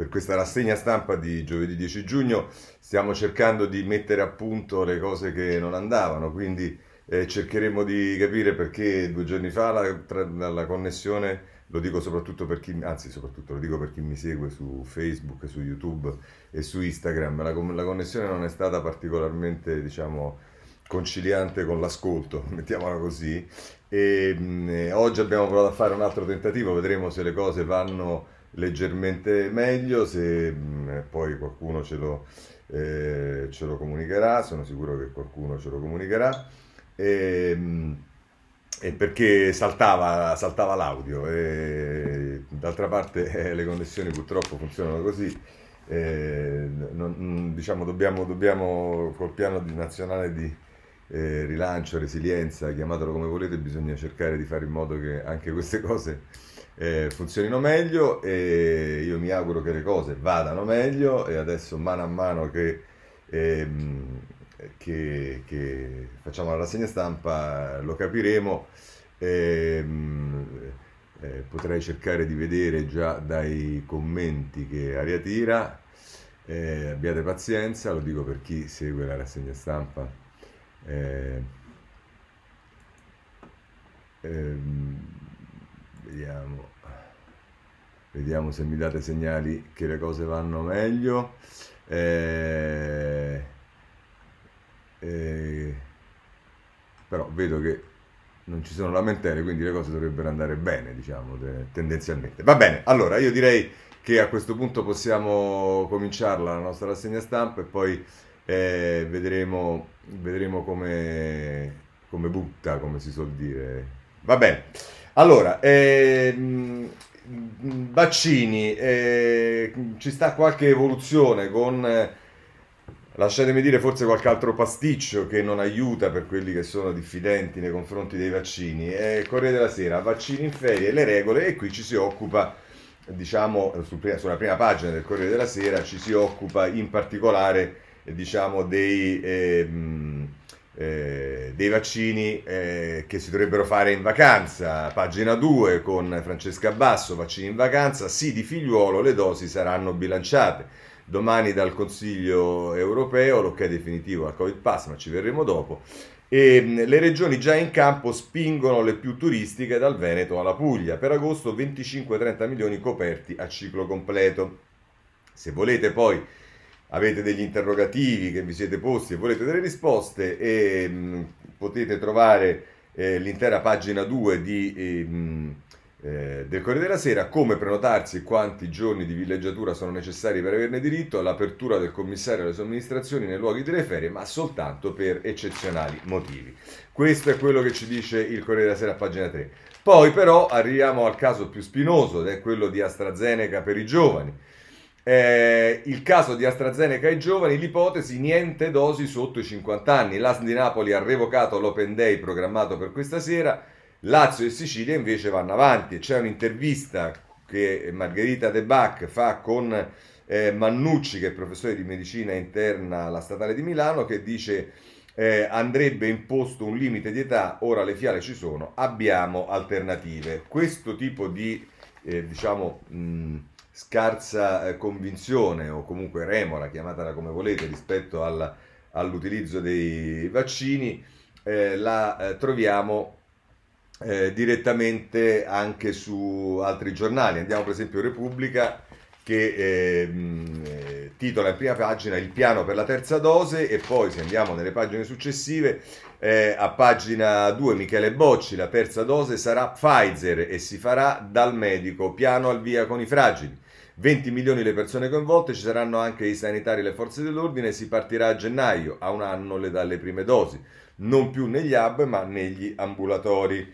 per questa rassegna stampa di giovedì 10 giugno stiamo cercando di mettere a punto le cose che non andavano, quindi cercheremo di capire perché 2 giorni fa la connessione, lo dico soprattutto per chi, anzi soprattutto lo dico per chi mi segue su Facebook, su YouTube e su Instagram, la connessione non è stata particolarmente, diciamo, conciliante con l'ascolto, mettiamola così. Oggi abbiamo provato a fare un altro tentativo, vedremo se le cose vanno leggermente meglio, se poi qualcuno ce lo comunicherà, sono sicuro che qualcuno ce lo comunicherà. E, e perché saltava l'audio, e d'altra parte le connessioni purtroppo funzionano così. Diciamo, dobbiamo col piano nazionale di rilancio, resilienza, chiamatelo come volete, bisogna cercare di fare in modo che anche queste cose funzionino meglio, e io mi auguro che le cose vadano meglio, e adesso mano a mano ehm, che facciamo la rassegna stampa lo capiremo. Ehm, Potrei cercare di vedere già dai commenti che aria tira. Abbiate pazienza, lo dico per chi segue la rassegna stampa. Eh, ehm, vediamo, vediamo se mi date segnali che le cose vanno meglio. Eh, eh, Però vedo che non ci sono lamentele, quindi le cose dovrebbero andare bene, diciamo, tendenzialmente. Va bene, allora io direi che a questo punto possiamo cominciarla la nostra rassegna stampa, e poi vedremo come butta, come si suol dire. Va bene. Allora, vaccini, ci sta qualche evoluzione con, lasciatemi dire, forse qualche altro pasticcio che non aiuta per quelli che sono diffidenti nei confronti dei vaccini. Corriere della Sera, vaccini in ferie, le regole, e qui ci si occupa, diciamo, sulla prima pagina del Corriere della Sera ci si occupa in particolare, diciamo, dei vaccini che si dovrebbero fare in vacanza. Pagina 2 con Francesca Basso, vaccini in vacanza, sì di figliuolo, le dosi saranno bilanciate. Domani dal Consiglio europeo l'ok definitivo al Covid Pass, ma ci verremo dopo. E le regioni già in campo spingono le più turistiche dal Veneto alla Puglia. Per agosto 25-30 milioni coperti a ciclo completo. Se volete poi, avete degli interrogativi che vi siete posti e volete delle risposte, potete trovare l'intera pagina 2 del Corriere della Sera, come prenotarsi e quanti giorni di villeggiatura sono necessari per averne diritto, l'apertura del commissario alle somministrazioni nei luoghi delle ferie, ma soltanto per eccezionali motivi. Questo è quello che ci dice il Corriere della Sera a pagina 3. Poi però arriviamo al caso più spinoso, ed è quello di AstraZeneca per i giovani. Il caso di AstraZeneca ai giovani, l'ipotesi niente dosi sotto i 50 anni. L'AS di Napoli ha revocato l'Open Day programmato per questa sera. Lazio e Sicilia invece vanno avanti. C'è un'intervista che Margherita De Bac fa con Mannucci, che è professore di medicina interna alla Statale di Milano, che dice andrebbe imposto un limite di età, ora le fiale ci sono, abbiamo alternative. Questo tipo di, diciamo, scarsa convinzione, o comunque remora, chiamatela come volete, rispetto all'utilizzo dei vaccini, la troviamo direttamente anche su altri giornali. Andiamo per esempio a Repubblica, che titola in prima pagina il piano per la terza dose, e poi se andiamo nelle pagine successive, a pagina 2 Michele Bocci, la terza dose sarà Pfizer e si farà dal medico, piano al via con i fragili. 20 milioni le persone coinvolte, ci saranno anche i sanitari e le forze dell'ordine, si partirà a gennaio, a un anno dalle prime dosi, non più negli hub ma negli ambulatori.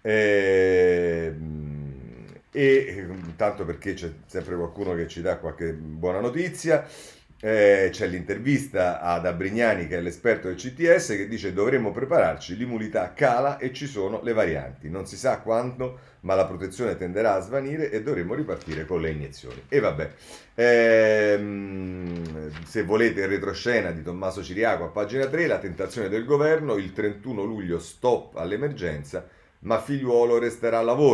Tanto perché c'è sempre qualcuno che ci dà qualche buona notizia, c'è l'intervista ad Abrignani, che è l'esperto del CTS, che dice dovremmo prepararci, l'immunità cala e ci sono le varianti, non si sa quando, ma la protezione tenderà a svanire e dovremmo ripartire con le iniezioni. E vabbè, se volete il retroscena di Tommaso Ciriaco a pagina 3, la tentazione del governo, il 31 luglio stop all'emergenza, ma Figliuolo resterà al lavoro.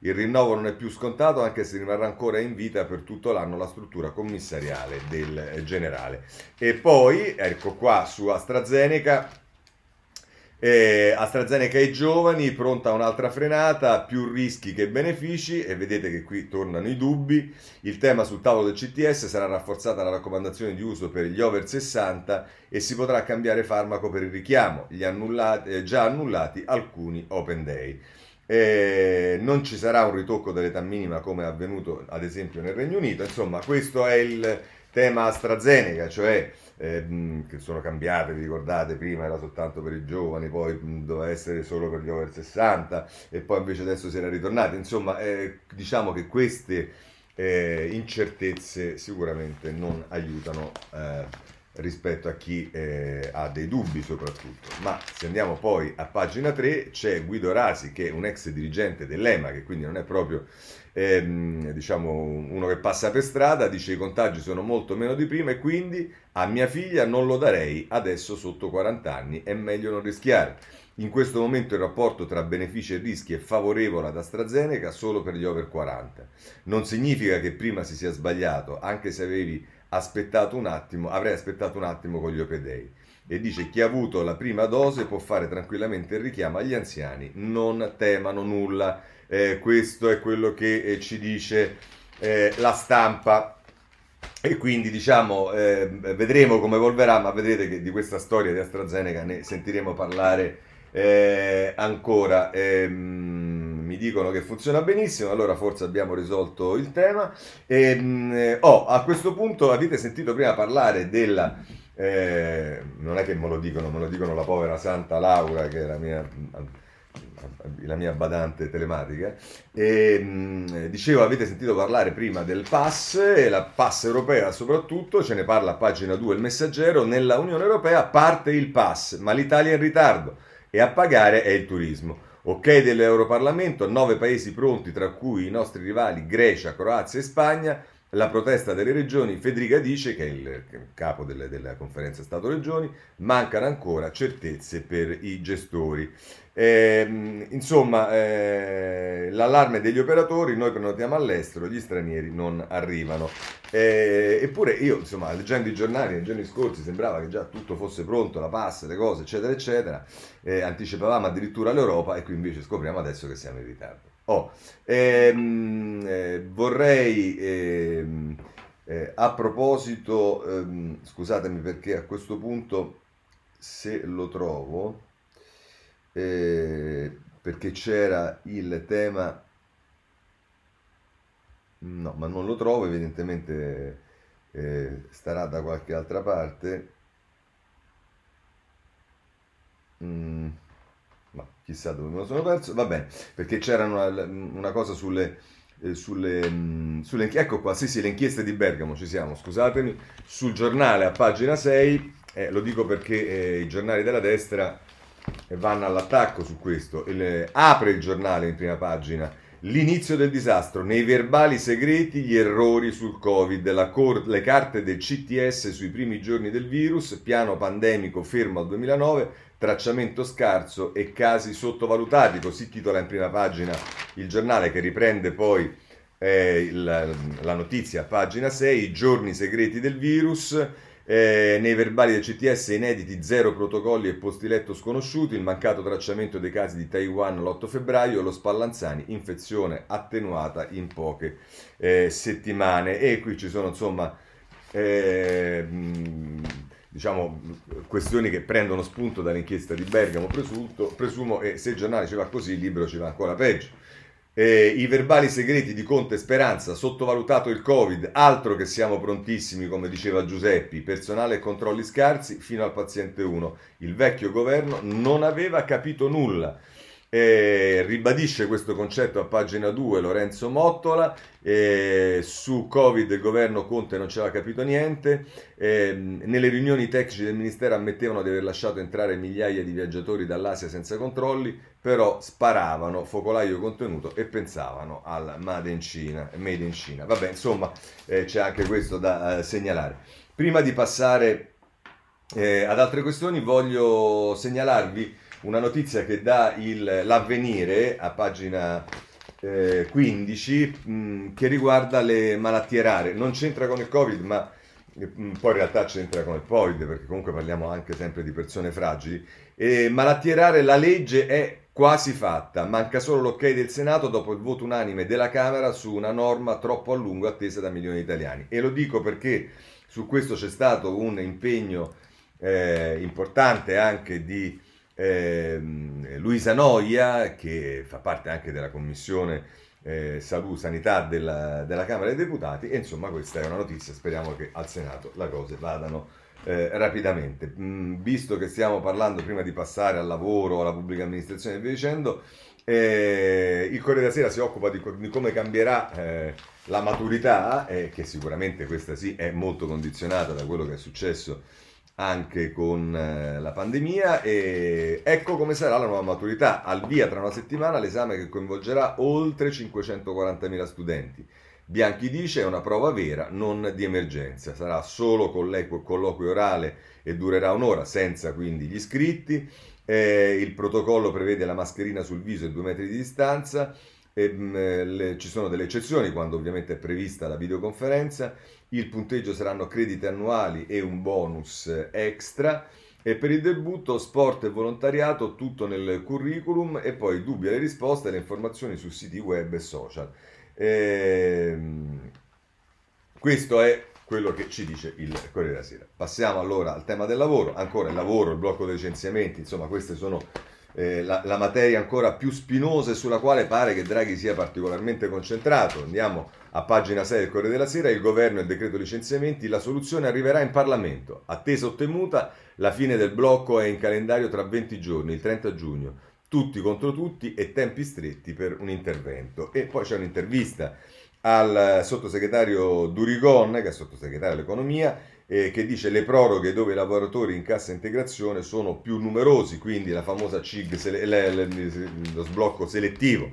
Il rinnovo non è più scontato, anche se rimarrà ancora in vita per tutto l'anno la struttura commissariale del generale. E poi, ecco qua su AstraZeneca. AstraZeneca ai giovani, pronta un'altra frenata, più rischi che benefici, e vedete che qui tornano i dubbi. Il tema sul tavolo del CTS: sarà rafforzata la raccomandazione di uso per gli over 60 e si potrà cambiare farmaco per il richiamo, già annullati alcuni open day. Non ci sarà un ritocco dell'età minima come è avvenuto ad esempio nel Regno Unito. Insomma, questo è il tema AstraZeneca, cioè che sono cambiate, vi ricordate, prima era soltanto per i giovani, poi doveva essere solo per gli over 60 e poi invece adesso si era ritornati. Insomma, diciamo che queste incertezze sicuramente non aiutano rispetto a chi ha dei dubbi soprattutto. Ma se andiamo poi a pagina 3 c'è Guido Rasi, che è un ex dirigente dell'EMA, che quindi non è proprio diciamo uno che passa per strada. Dice: i contagi sono molto meno di prima e quindi a mia figlia non lo darei adesso sotto 40 anni, è meglio non rischiare. In questo momento il rapporto tra benefici e rischi è favorevole ad AstraZeneca solo per gli over 40. Non significa che prima si sia sbagliato, anche se avrei aspettato un attimo con gli open day. E dice: chi ha avuto la prima dose può fare tranquillamente il richiamo agli anziani, non temano nulla. Questo è quello che ci dice la stampa. E quindi diciamo vedremo come evolverà, ma vedrete che di questa storia di AstraZeneca ne sentiremo parlare ancora. Mi dicono che funziona benissimo, allora forse abbiamo risolto il tema. A questo punto avete sentito prima parlare della non è che me lo dicono la povera Santa Laura, che è la mia badante telematica. Dicevo, avete sentito parlare prima del pass, e la pass europea soprattutto, ce ne parla a pagina 2 il Messaggero. Nella Unione Europea parte il pass, ma l'Italia è in ritardo e a pagare è il turismo. Ok dell'Europarlamento, 9 paesi pronti, tra cui i nostri rivali Grecia, Croazia e Spagna. La protesta delle regioni: Federica dice, che è il capo della conferenza Stato-Regioni, mancano ancora certezze per i gestori. L'allarme degli operatori: noi prenotiamo all'estero, gli stranieri non arrivano. Eppure io, insomma, leggendo i giornali nei giorni scorsi sembrava che già tutto fosse pronto, la pass, le cose, eccetera, eccetera. Anticipavamo addirittura l'Europa e qui invece scopriamo adesso che siamo in ritardo. Vorrei a proposito, scusatemi perché a questo punto, se lo trovo, perché c'era il tema, no, ma non lo trovo, evidentemente starà da qualche altra parte. Ma chissà dove me lo sono perso. Va bene, perché c'era una cosa ecco qua, sì, le inchieste di Bergamo, ci siamo, scusatemi, sul giornale a pagina 6, lo dico perché i giornali della destra vanno all'attacco su questo. Apre il giornale in prima pagina: l'inizio del disastro, nei verbali segreti gli errori sul Covid, le carte del CTS sui primi giorni del virus, piano pandemico fermo al 2009, tracciamento scarso e casi sottovalutati. Così titola in prima pagina il giornale, che riprende poi la notizia a pagina 6, i giorni segreti del virus. Nei verbali del CTS inediti, 0 protocolli e posti letto sconosciuti, il mancato tracciamento dei casi di Taiwan l'8 febbraio, lo Spallanzani, infezione attenuata in poche settimane. E qui ci sono, insomma, diciamo, questioni che prendono spunto dall'inchiesta di Bergamo, presumo, e se il giornale ci va così, il libro ci va ancora peggio. I verbali segreti di Conte e Speranza: sottovalutato il Covid, altro che siamo prontissimi, come diceva Giuseppi, personale e controlli scarsi fino al paziente 1. Il vecchio governo non aveva capito nulla. Ribadisce questo concetto a pagina 2 Lorenzo Mottola. Su Covid il governo Conte non ci aveva capito niente. Nelle riunioni tecnici del ministero ammettevano di aver lasciato entrare migliaia di viaggiatori dall'Asia senza controlli, però sparavano focolaio contenuto e pensavano al made in China. Vabbè, insomma, c'è anche questo da segnalare. Prima di passare ad altre questioni, voglio segnalarvi una notizia che dà l'Avvenire a pagina 15 che riguarda le malattie rare. Non c'entra con il Covid, ma poi in realtà c'entra con il Covid, perché comunque parliamo anche sempre di persone fragili. Malattie rare, la legge è quasi fatta, manca solo l'ok del Senato dopo il voto unanime della Camera su una norma troppo a lungo attesa da milioni di italiani. E lo dico perché su questo c'è stato un impegno importante anche di Luisa Noia, che fa parte anche della commissione sanità della Camera dei Deputati, e insomma questa è una notizia, speriamo che al Senato le cose vadano rapidamente. Visto che stiamo parlando, prima di passare al lavoro, alla pubblica amministrazione e via dicendo, il Corriere della Sera si occupa di come cambierà la maturità, che sicuramente questa sì è molto condizionata da quello che è successo anche con la pandemia, e ecco come sarà la nuova maturità. Al via tra una settimana l'esame che coinvolgerà oltre 540.000 studenti. Bianchi dice è una prova vera, non di emergenza, sarà solo colloquio orale e durerà un'ora, senza quindi gli iscritti. Il protocollo prevede la mascherina sul viso e 2 metri di distanza. Ci sono delle eccezioni quando ovviamente è prevista la videoconferenza. Il punteggio saranno crediti annuali e un bonus extra. E per il debutto sport e volontariato tutto nel curriculum, e poi dubbi alle risposte e le informazioni su siti web e social. Questo è quello che ci dice il Corriere della Sera. Passiamo allora al tema del lavoro. Ancora il lavoro, il blocco dei licenziamenti, insomma queste sono la materia ancora più spinosa e sulla quale pare che Draghi sia particolarmente concentrato. Andiamo a pagina 6 del Corriere della Sera. Il governo e il decreto licenziamenti, la soluzione arriverà in Parlamento. Attesa o temuta, la fine del blocco è in calendario tra 20 giorni, il 30 giugno. Tutti contro tutti e tempi stretti per un intervento. E poi c'è un'intervista al sottosegretario Durigon, che è sottosegretario all'economia, che dice le proroghe dove i lavoratori in cassa integrazione sono più numerosi, quindi la famosa CIG, lo sblocco selettivo.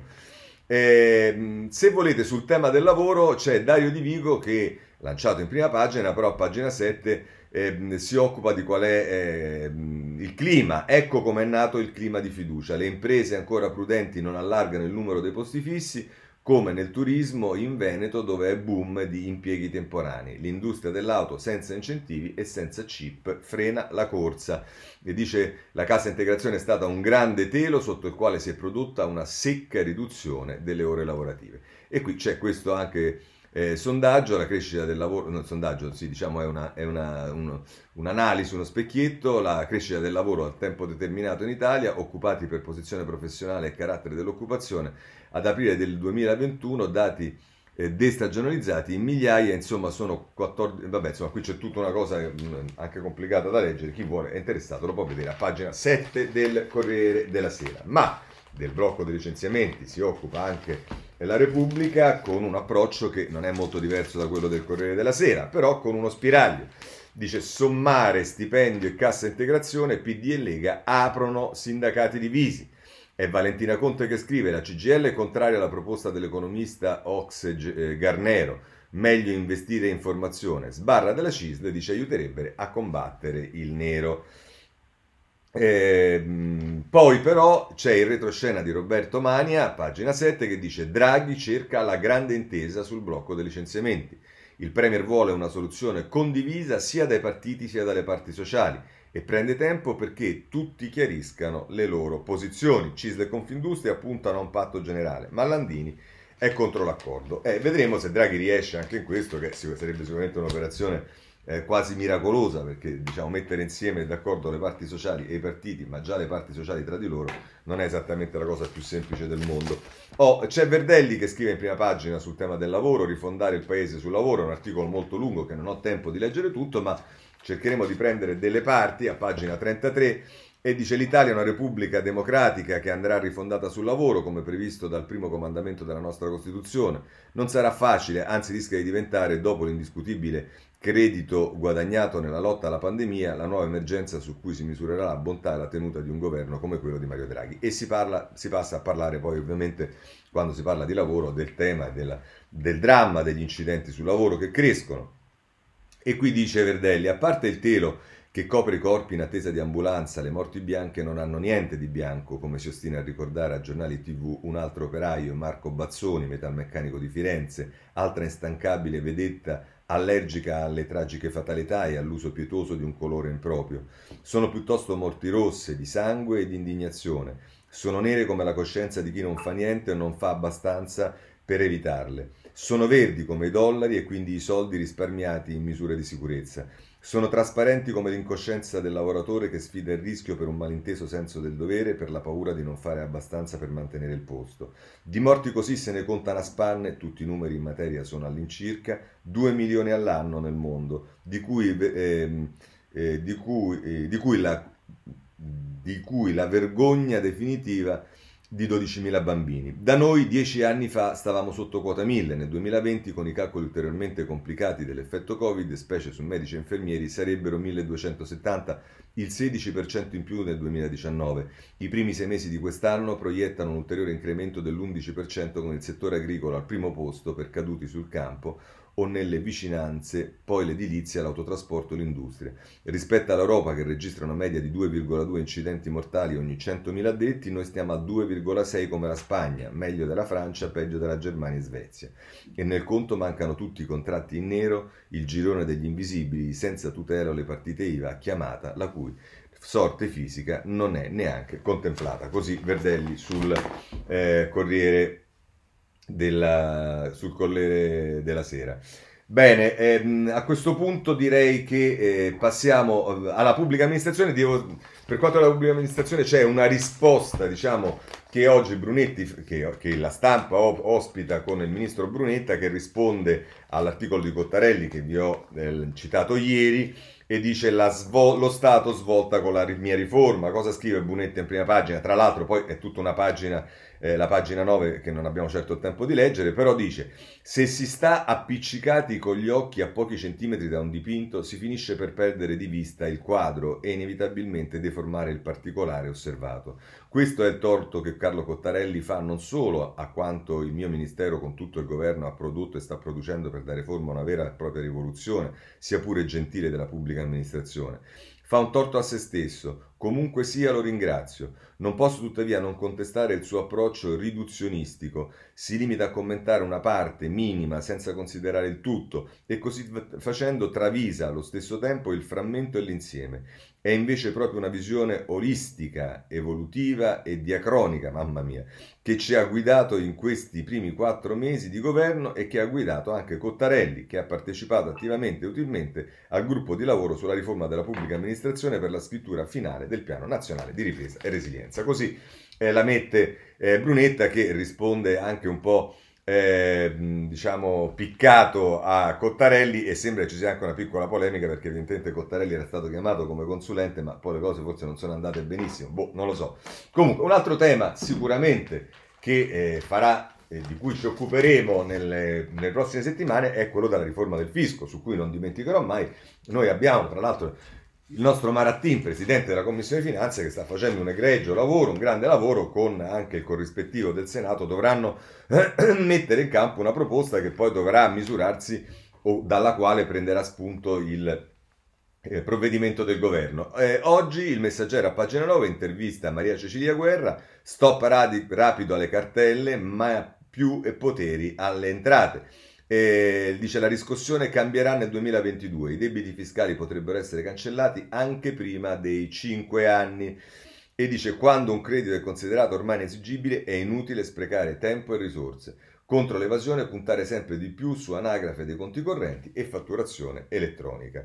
Se volete, sul tema del lavoro c'è Dario Di Vigo che, lanciato in prima pagina, però a pagina 7 si occupa di qual è il clima. Ecco com'è nato il clima di fiducia. Le imprese ancora prudenti non allargano il numero dei posti fissi, come nel turismo in Veneto, dove è boom di impieghi temporanei. L'industria dell'auto senza incentivi e senza chip frena la corsa. E dice la cassa integrazione è stata un grande telo sotto il quale si è prodotta una secca riduzione delle ore lavorative. E qui c'è questo anche sondaggio, la crescita del lavoro, no, sondaggio sì, diciamo è un'analisi, uno specchietto, la crescita del lavoro a tempo determinato in Italia, occupati per posizione professionale e carattere dell'occupazione, ad aprile del 2021, dati destagionalizzati in migliaia, insomma sono 14, vabbè, insomma qui c'è tutta una cosa anche complicata da leggere, chi vuole è interessato lo può vedere a pagina 7 del Corriere della Sera. Ma del blocco dei licenziamenti si occupa anche la Repubblica, con un approccio che non è molto diverso da quello del Corriere della Sera, però con uno spiraglio. Dice sommare stipendio e cassa integrazione, PD e Lega aprono sindacati divisi. È Valentina Conte che scrive: la CGIL è contraria alla proposta dell'economista Ox Garnero, meglio investire in formazione. Sbarra della CISL dice aiuterebbe a combattere il nero. Poi però c'è il retroscena di Roberto Mania, pagina 7, che dice Draghi cerca la grande intesa sul blocco dei licenziamenti. Il Premier vuole una soluzione condivisa sia dai partiti sia dalle parti sociali e prende tempo perché tutti chiariscano le loro posizioni. CISL e Confindustria puntano a un patto generale, ma Landini è contro l'accordo. Vedremo se Draghi riesce anche in questo, che sarebbe sicuramente un'operazione quasi miracolosa, perché diciamo mettere insieme d'accordo le parti sociali e i partiti, ma già le parti sociali tra di loro, non è esattamente la cosa più semplice del mondo. C'è Verdelli che scrive in prima pagina sul tema del lavoro, rifondare il paese sul lavoro, è un articolo molto lungo che non ho tempo di leggere tutto, ma cercheremo di prendere delle parti a pagina 33. E dice l'Italia è una repubblica democratica che andrà rifondata sul lavoro come previsto dal primo comandamento della nostra Costituzione. Non sarà facile, anzi rischia di diventare, dopo l'indiscutibile credito guadagnato nella lotta alla pandemia, la nuova emergenza su cui si misurerà la bontà e la tenuta di un governo come quello di Mario Draghi. E si passa a parlare poi ovviamente, quando si parla di lavoro, del tema e del dramma degli incidenti sul lavoro che crescono. E qui dice Verdelli, a parte il telo che copre i corpi in attesa di ambulanza. Le morti bianche non hanno niente di bianco, come si ostina a ricordare a giornali TV un altro operaio, Marco Bazzoni, metalmeccanico di Firenze, altra instancabile vedetta allergica alle tragiche fatalità e all'uso pietoso di un colore improprio. Sono piuttosto morti rosse, di sangue e di indignazione. Sono nere come la coscienza di chi non fa niente o non fa abbastanza per evitarle. Sono verdi come i dollari e quindi i soldi risparmiati in misure di sicurezza. Sono trasparenti come l'incoscienza del lavoratore che sfida il rischio per un malinteso senso del dovere, per la paura di non fare abbastanza per mantenere il posto. Di morti così se ne contano a spanne, tutti i numeri in materia sono all'incirca, 2 milioni all'anno nel mondo, di cui la vergogna definitiva di 12.000 bambini. Da noi 10 anni fa stavamo sotto quota 1000, nel 2020 con i calcoli ulteriormente complicati dell'effetto Covid, specie su medici e infermieri, sarebbero 1270, il 16% in più nel 2019. I primi 6 mesi di quest'anno proiettano un ulteriore incremento dell'11% con il settore agricolo al primo posto per caduti sul campo o nelle vicinanze, poi l'edilizia, l'autotrasporto e l'industria. Rispetto all'Europa, che registra una media di 2,2 incidenti mortali ogni 100.000 addetti, noi stiamo a 2,6 come la Spagna, meglio della Francia, peggio della Germania e Svezia. E nel conto mancano tutti i contratti in nero, il girone degli invisibili, senza tutela o le partite IVA a chiamata, la cui sorte fisica non è neanche contemplata. Così Verdelli sul sul Corriere della Sera. Bene, a questo punto direi che passiamo alla pubblica amministrazione. Per quanto riguarda la pubblica amministrazione c'è una risposta, diciamo, che oggi Brunetti, che la stampa ospita con il ministro Brunetta, che risponde all'articolo di Cottarelli che vi ho citato ieri, e dice lo Stato svolta con la mia riforma. Cosa scrive Brunetta in prima pagina? Tra l'altro poi è tutta una pagina, la pagina 9, che non abbiamo certo il tempo di leggere, però dice: se si sta appiccicati con gli occhi a pochi centimetri da un dipinto, si finisce per perdere di vista il quadro e inevitabilmente deformare il particolare osservato. Questo è il torto che Carlo Cottarelli fa non solo a quanto il mio ministero con tutto il governo ha prodotto e sta producendo per dare forma a una vera e propria rivoluzione, sia pure gentile, della pubblica amministrazione. Fa un torto a se stesso. Comunque sia, lo ringrazio. Non posso tuttavia non contestare il suo approccio riduzionistico. Si limita a commentare una parte minima senza considerare il tutto e così facendo travisa allo stesso tempo il frammento e l'insieme. È invece proprio una visione olistica, evolutiva e diacronica, mamma mia, che ci ha guidato in questi primi 4 mesi di governo e che ha guidato anche Cottarelli, che ha partecipato attivamente e utilmente al gruppo di lavoro sulla riforma della pubblica amministrazione per la scrittura finale del Piano Nazionale di Ripresa e Resilienza. Così la mette Brunetta, che risponde anche un po' diciamo piccato a Cottarelli, e sembra che ci sia anche una piccola polemica perché evidentemente Cottarelli era stato chiamato come consulente, ma poi le cose forse non sono andate benissimo, non lo so. Comunque un altro tema sicuramente che di cui ci occuperemo nelle prossime settimane è quello della riforma del fisco, su cui non dimenticherò mai. Noi abbiamo tra l'altro il nostro Marattin, presidente della Commissione Finanze, che sta facendo un egregio lavoro, un grande lavoro, con anche il corrispettivo del Senato. Dovranno mettere in campo una proposta che poi dovrà misurarsi o dalla quale prenderà spunto il provvedimento del governo. Oggi il Messaggero a pagina 9 intervista Maria Cecilia Guerra: stop rapido alle cartelle, ma più poteri alle entrate. Dice: la riscossione cambierà nel 2022, i debiti fiscali potrebbero essere cancellati anche prima dei 5 anni. E dice: quando un credito è considerato ormai inesigibile è inutile sprecare tempo e risorse. Contro l'evasione puntare sempre di più su anagrafe dei conti correnti e fatturazione elettronica.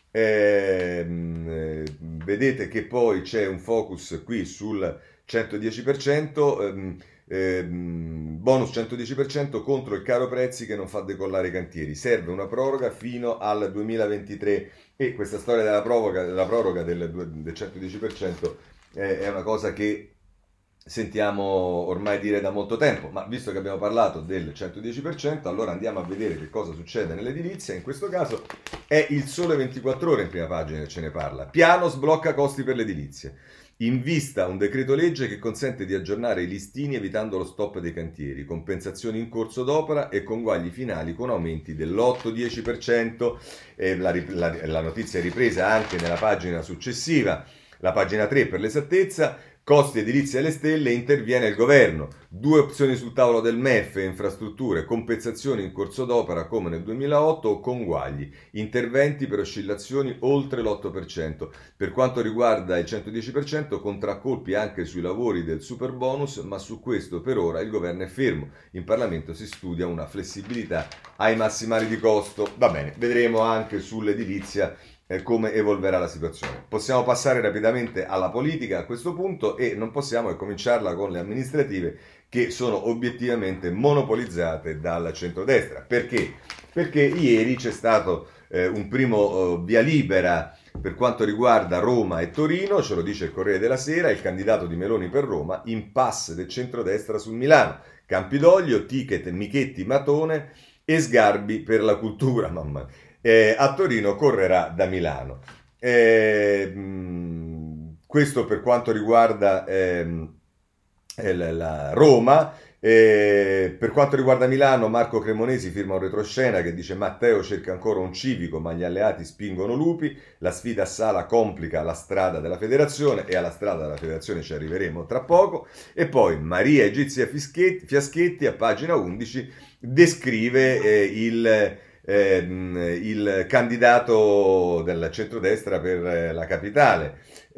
Vedete che poi c'è un focus qui sul 110%, bonus 110% contro il caro prezzi che non fa decollare i cantieri. Serve una proroga fino al 2023, e questa storia della proroga del 110% è una cosa che sentiamo ormai dire da molto tempo, ma visto che abbiamo parlato del 110%, allora andiamo a vedere che cosa succede nell'edilizia. In questo caso è il Sole 24 Ore in prima pagina che ce ne parla. Piano sblocca costi per l'edilizia. In vista un decreto legge che consente di aggiornare i listini evitando lo stop dei cantieri, compensazioni in corso d'opera e conguagli finali con aumenti dell'8-10%. La notizia è ripresa anche nella pagina successiva, la pagina 3 per l'esattezza. Costi edilizi alle stelle, interviene il governo. 2 opzioni sul tavolo del MEF, infrastrutture, compensazioni in corso d'opera come nel 2008 o conguagli, interventi per oscillazioni oltre l'8%. Per quanto riguarda il 110%, contraccolpi anche sui lavori del super bonus, ma su questo per ora il governo è fermo. In Parlamento si studia una flessibilità ai massimali di costo. Va bene, vedremo anche sull'edilizia come evolverà la situazione. Possiamo passare rapidamente alla politica a questo punto e non possiamo cominciarla con le amministrative che sono obiettivamente monopolizzate dal centrodestra. Perché? Perché ieri c'è stato un primo via libera per quanto riguarda Roma e Torino, ce lo dice il Corriere della Sera, il candidato di Meloni per Roma, impasse del centrodestra su Milano, Campidoglio, ticket Michetti, Matone e Sgarbi per la cultura, mamma mia. A Torino correrà da Milano. Questo per quanto riguarda la Roma. Per quanto riguarda Milano, Marco Cremonesi firma un retroscena che dice: Matteo cerca ancora un civico, ma gli alleati spingono Lupi. La sfida a Sala complica la strada della federazione, e alla strada della federazione ci arriveremo tra poco. E poi Maria Egizia Fiaschetti a pagina 11 descrive il candidato del centrodestra per la capitale.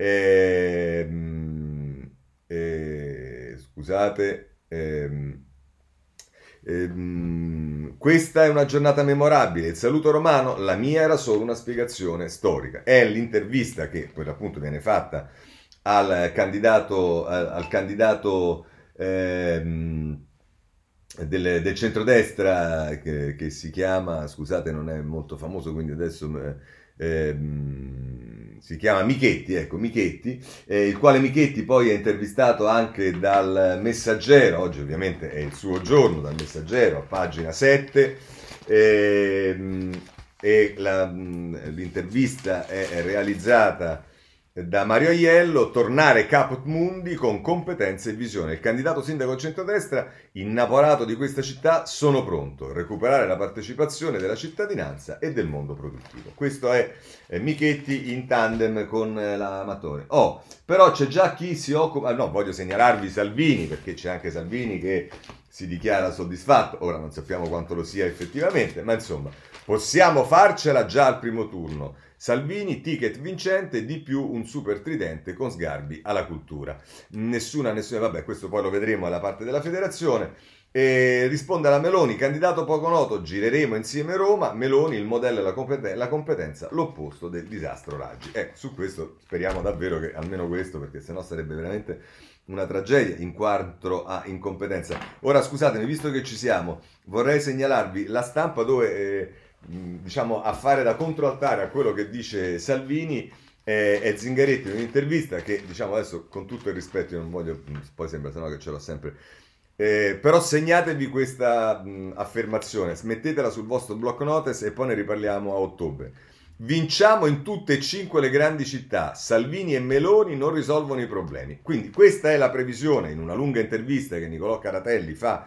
Scusate. Questa è una giornata memorabile. Il saluto romano, la mia era solo una spiegazione storica. È l'intervista che per l'appunto viene fatta al candidato del centrodestra che si chiama, scusate, non è molto famoso, quindi adesso si chiama Michetti, ecco, Michetti, il quale Michetti poi è intervistato anche dal Messaggero. Oggi ovviamente è il suo giorno, dal Messaggero, a pagina 7, l'intervista è realizzata da Mario Aiello. Tornare caput mundi con competenze e visione. Il candidato sindaco del centrodestra, innamorato di questa città, sono pronto a recuperare la partecipazione della cittadinanza e del mondo produttivo. Questo è Michetti in tandem con l'Amatore. Però c'è già chi si occupa. No, voglio segnalarvi Salvini, perché c'è anche Salvini che si dichiara soddisfatto. Ora non sappiamo quanto lo sia effettivamente, ma insomma, possiamo farcela già al primo turno. Salvini, ticket vincente, di più un super tridente con Sgarbi alla cultura. Nessuna, vabbè, questo poi lo vedremo alla parte della federazione. Risponde alla Meloni, candidato poco noto, gireremo insieme Roma. Meloni, il modello e la competenza, l'opposto del disastro Raggi. Su questo speriamo davvero che almeno questo, perché sennò sarebbe veramente una tragedia in quanto a incompetenza. Ora scusatemi, visto che ci siamo, vorrei segnalarvi la Stampa dove diciamo a fare da controaltare a quello che dice Salvini è Zingaretti in un'intervista che, diciamo, adesso con tutto il rispetto, io non voglio, poi sembra sennò che ce l'ho sempre, però segnatevi questa affermazione, smettetela sul vostro block notice e poi ne riparliamo a ottobre. Vinciamo in tutte e 5 le grandi città, Salvini e Meloni non risolvono i problemi. Quindi questa è la previsione in una lunga intervista che Nicolò Caratelli fa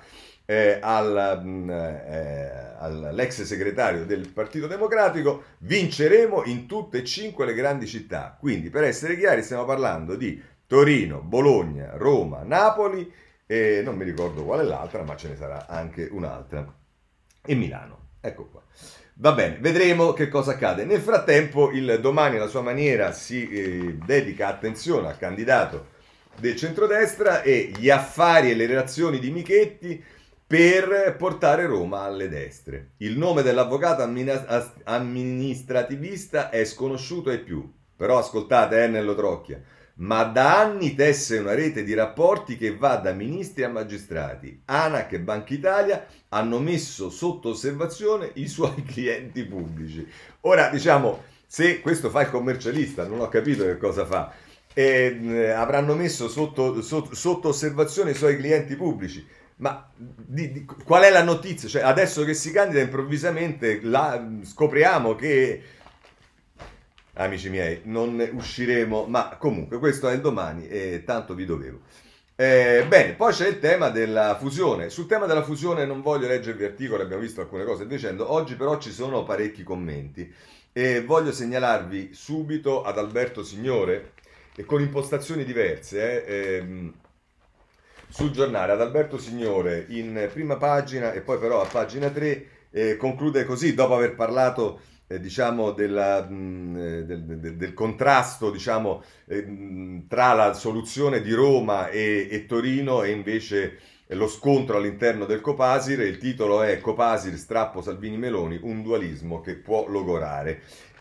all'ex segretario del Partito Democratico. Vinceremo in tutte e 5 le grandi città. Quindi, per essere chiari, stiamo parlando di Torino, Bologna, Roma, Napoli e non mi ricordo qual è l'altra, ma ce ne sarà anche un'altra, e Milano. Ecco qua. Va bene, vedremo che cosa accade. Nel frattempo il Domani alla sua maniera si dedica attenzione al candidato del centrodestra e gli affari e le relazioni di Michetti per portare Roma alle destre. Il nome dell'avvocato amministrativista è sconosciuto ai più, però ascoltate, Nello Trocchia, ma da anni tesse una rete di rapporti che va da ministri a magistrati. ANAC e Banca Italia hanno messo sotto osservazione i suoi clienti pubblici. Ora, diciamo, se questo fa il commercialista, non ho capito che cosa fa, avranno messo sotto osservazione i suoi clienti pubblici. Ma qual è la notizia? Cioè, adesso che si candida improvvisamente scopriamo che amici miei, non ne usciremo, ma comunque questo è il domani e tanto vi dovevo. Bene, poi c'è il tema della fusione. Sul tema della fusione non voglio leggervi articoli, abbiamo visto alcune cose dicendo. Oggi però ci sono parecchi commenti e voglio segnalarvi subito ad Alberto Signore, e con impostazioni diverse, sul giornale. Ad Alberto Signore in prima pagina e poi però a pagina 3 conclude così, dopo aver parlato diciamo del contrasto diciamo tra la soluzione di Roma e Torino e invece lo scontro all'interno del Copasir. Il titolo è Copasir, strappo Salvini-Meloni, un dualismo che può logorare,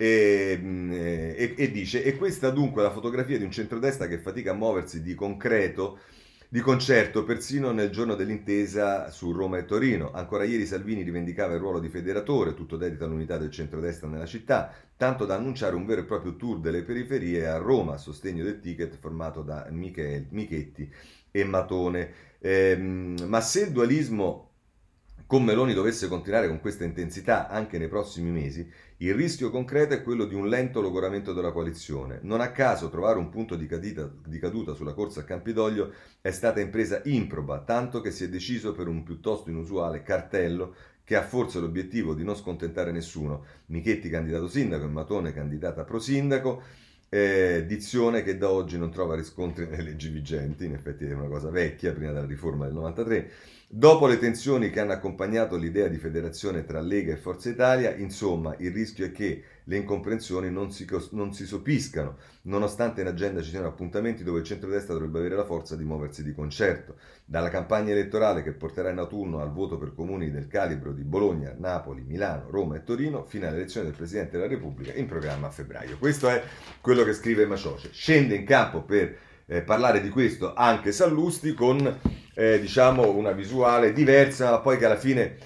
e dice: e questa dunque è la fotografia di un centrodestra che fatica a muoversi di concerto persino nel giorno dell'intesa su Roma e Torino. Ancora ieri Salvini rivendicava il ruolo di federatore, tutto dedito all'unità del centrodestra nella città, tanto da annunciare un vero e proprio tour delle periferie a Roma a sostegno del ticket formato da Michetti e Matone. Ma se il dualismo con Meloni dovesse continuare con questa intensità anche nei prossimi mesi, il rischio concreto è quello di un lento logoramento della coalizione. Non a caso trovare un punto di caduta sulla corsa a Campidoglio è stata impresa improba, tanto che si è deciso per un piuttosto inusuale cartello che ha forse l'obiettivo di non scontentare nessuno. Michetti candidato sindaco e Matone candidata pro sindaco, dizione che da oggi non trova riscontri nelle leggi vigenti, in effetti è una cosa vecchia, prima della riforma del 93. Dopo le tensioni che hanno accompagnato l'idea di federazione tra Lega e Forza Italia, insomma, il rischio è che le incomprensioni non si sopiscano, nonostante in agenda ci siano appuntamenti dove il centrodestra dovrebbe avere la forza di muoversi di concerto. Dalla campagna elettorale che porterà in autunno al voto per comuni del calibro di Bologna, Napoli, Milano, Roma e Torino, fino all'elezione del Presidente della Repubblica in programma a febbraio. Questo è quello che scrive Macioce. Scende in campo per parlare di questo anche Sallusti con diciamo una visuale diversa, ma poi che alla fine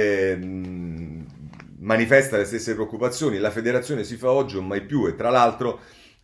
manifesta le stesse preoccupazioni. La federazione si fa oggi o mai più, e tra l'altro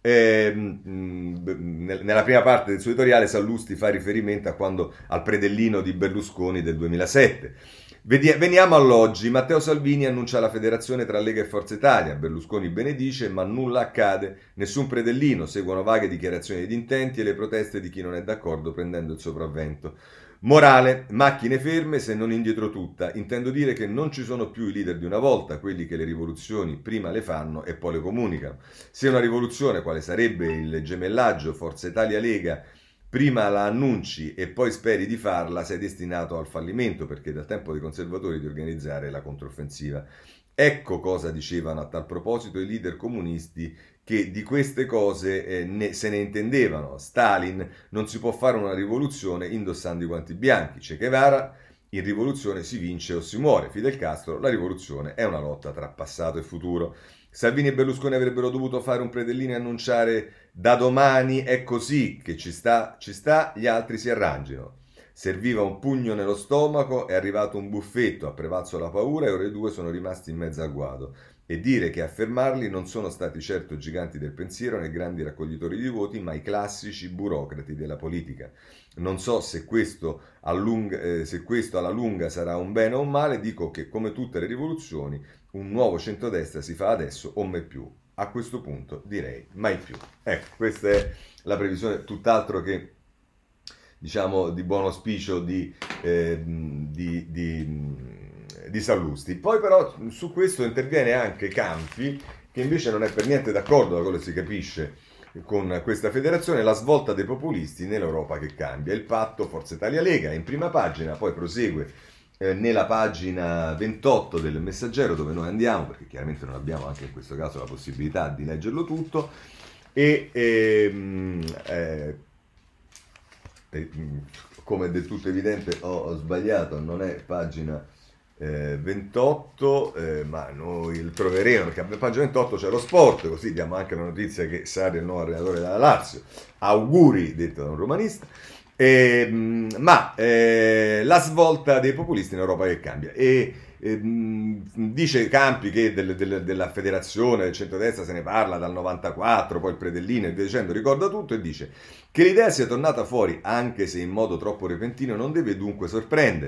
nella prima parte del suo editoriale Sallusti fa riferimento al predellino di Berlusconi del 2007. Veniamo all'oggi. Matteo Salvini annuncia la federazione tra Lega e Forza Italia. Berlusconi benedice, ma nulla accade. Nessun predellino. Seguono vaghe dichiarazioni di intenti e le proteste di chi non è d'accordo, prendendo il sopravvento. Morale: macchine ferme se non indietro tutta. Intendo dire che non ci sono più i leader di una volta, quelli che le rivoluzioni prima le fanno e poi le comunicano. Se una rivoluzione, quale sarebbe il gemellaggio Forza Italia-Lega, prima la annunci e poi speri di farla, sei destinato al fallimento, perché dal tempo dei conservatori di organizzare la controffensiva. Ecco cosa dicevano a tal proposito i leader comunisti, che di queste cose se ne intendevano. Stalin: non si può fare una rivoluzione indossando i guanti bianchi. Che Guevara: in rivoluzione si vince o si muore. Fidel Castro: la rivoluzione è una lotta tra passato e futuro. Salvini e Berlusconi avrebbero dovuto fare un predellino e annunciare: da domani è così, che ci sta, gli altri si arrangino. Serviva un pugno nello stomaco, è arrivato un buffetto, ha prevalso la paura e ora i due sono rimasti in mezzo al guado. E dire che a fermarli non sono stati certo giganti del pensiero né grandi raccoglitori di voti, ma i classici burocrati della politica. Non so se questo alla lunga sarà un bene o un male, dico che come tutte le rivoluzioni un nuovo centrodestra si fa adesso o mai più. A questo punto direi mai più. Ecco, questa è la previsione, tutt'altro che diciamo di buon auspicio di Sallusti. Poi però su questo interviene anche Campi, che invece non è per niente d'accordo, da quello si capisce, con questa federazione. La svolta dei populisti nell'Europa che cambia, il patto Forza Italia-Lega, in prima pagina, poi prosegue nella pagina 28 del Messaggero, dove noi andiamo, perché chiaramente non abbiamo anche in questo caso la possibilità di leggerlo tutto, e come è del tutto evidente ho sbagliato, non è pagina 28, ma noi il troveremo, perché a pagina 28 c'è lo sport, così diamo anche la notizia che Sarri è il nuovo allenatore della Lazio. Auguri, detto da un romanista. La svolta dei populisti in Europa che cambia. Dice Campi che della federazione del centrodestra se ne parla dal 94, poi il predellino e via dicendo, ricorda tutto, e dice che l'idea sia tornata fuori, anche se in modo troppo repentino, non deve dunque sorprendere.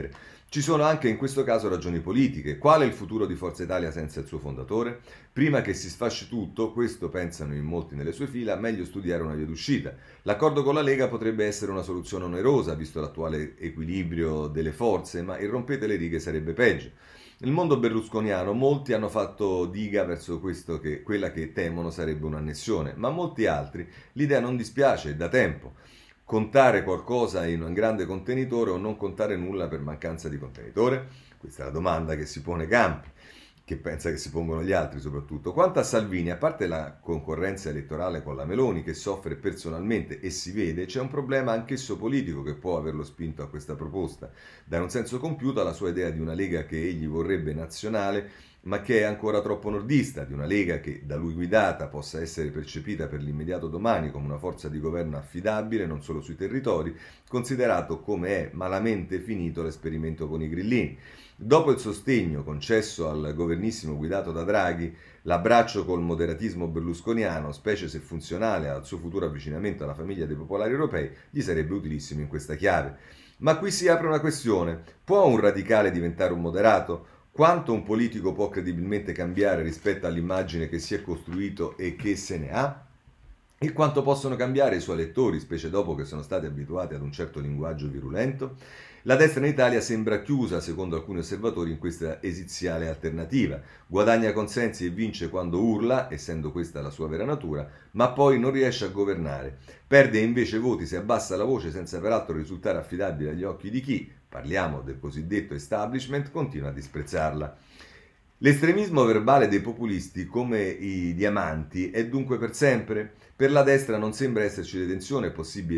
Ci sono anche in questo caso ragioni politiche. Qual è il futuro di Forza Italia senza il suo fondatore? Prima che si sfasci tutto, questo pensano in molti nelle sue fila, meglio studiare una via d'uscita. L'accordo con la Lega potrebbe essere una soluzione onerosa, visto l'attuale equilibrio delle forze, ma irrompete le righe sarebbe peggio. Nel mondo berlusconiano molti hanno fatto diga verso quella che temono sarebbe un'annessione, ma molti altri l'idea non dispiace, è da tempo. Contare qualcosa in un grande contenitore o non contare nulla per mancanza di contenitore? Questa è la domanda che si pone Campi, che pensa che si pongono gli altri soprattutto. Quanto a Salvini, a parte la concorrenza elettorale con la Meloni che soffre personalmente e si vede, c'è un problema anch'esso politico che può averlo spinto a questa proposta. Dare un senso compiuto alla sua idea di una Lega che egli vorrebbe nazionale, ma che è ancora troppo nordista, di una Lega che da lui guidata possa essere percepita per l'immediato domani come una forza di governo affidabile non solo sui territori, considerato come è malamente finito l'esperimento con i grillini. Dopo il sostegno concesso al governissimo guidato da Draghi, l'abbraccio col moderatismo berlusconiano, specie se funzionale al suo futuro avvicinamento alla famiglia dei popolari europei, gli sarebbe utilissimo in questa chiave. Ma qui si apre una questione: può un radicale diventare un moderato? Quanto un politico può credibilmente cambiare rispetto all'immagine che si è costruito e che se ne ha? E quanto possono cambiare i suoi elettori, specie dopo che sono stati abituati ad un certo linguaggio virulento? La destra in Italia sembra chiusa, secondo alcuni osservatori, in questa esiziale alternativa. Guadagna consensi e vince quando urla, essendo questa la sua vera natura, ma poi non riesce a governare. Perde invece voti se abbassa la voce senza peraltro risultare affidabile agli occhi di chi, parliamo del cosiddetto establishment, continua a disprezzarla. L'estremismo verbale dei populisti, come i diamanti, è dunque per sempre? Per la destra non sembra esserci redenzione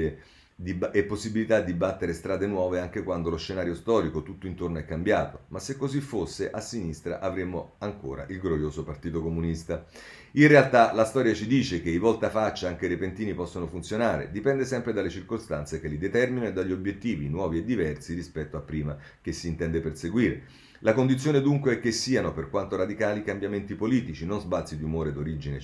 e possibilità di battere strade nuove anche quando lo scenario storico tutto intorno è cambiato, ma se così fosse, a sinistra avremmo ancora il glorioso Partito Comunista. In realtà la storia ci dice che i voltafaccia anche repentini possono funzionare, dipende sempre dalle circostanze che li determinano e dagli obiettivi nuovi e diversi rispetto a prima che si intende perseguire. La condizione dunque è che siano, per quanto radicali, cambiamenti politici, non sbalzi di umore d'origine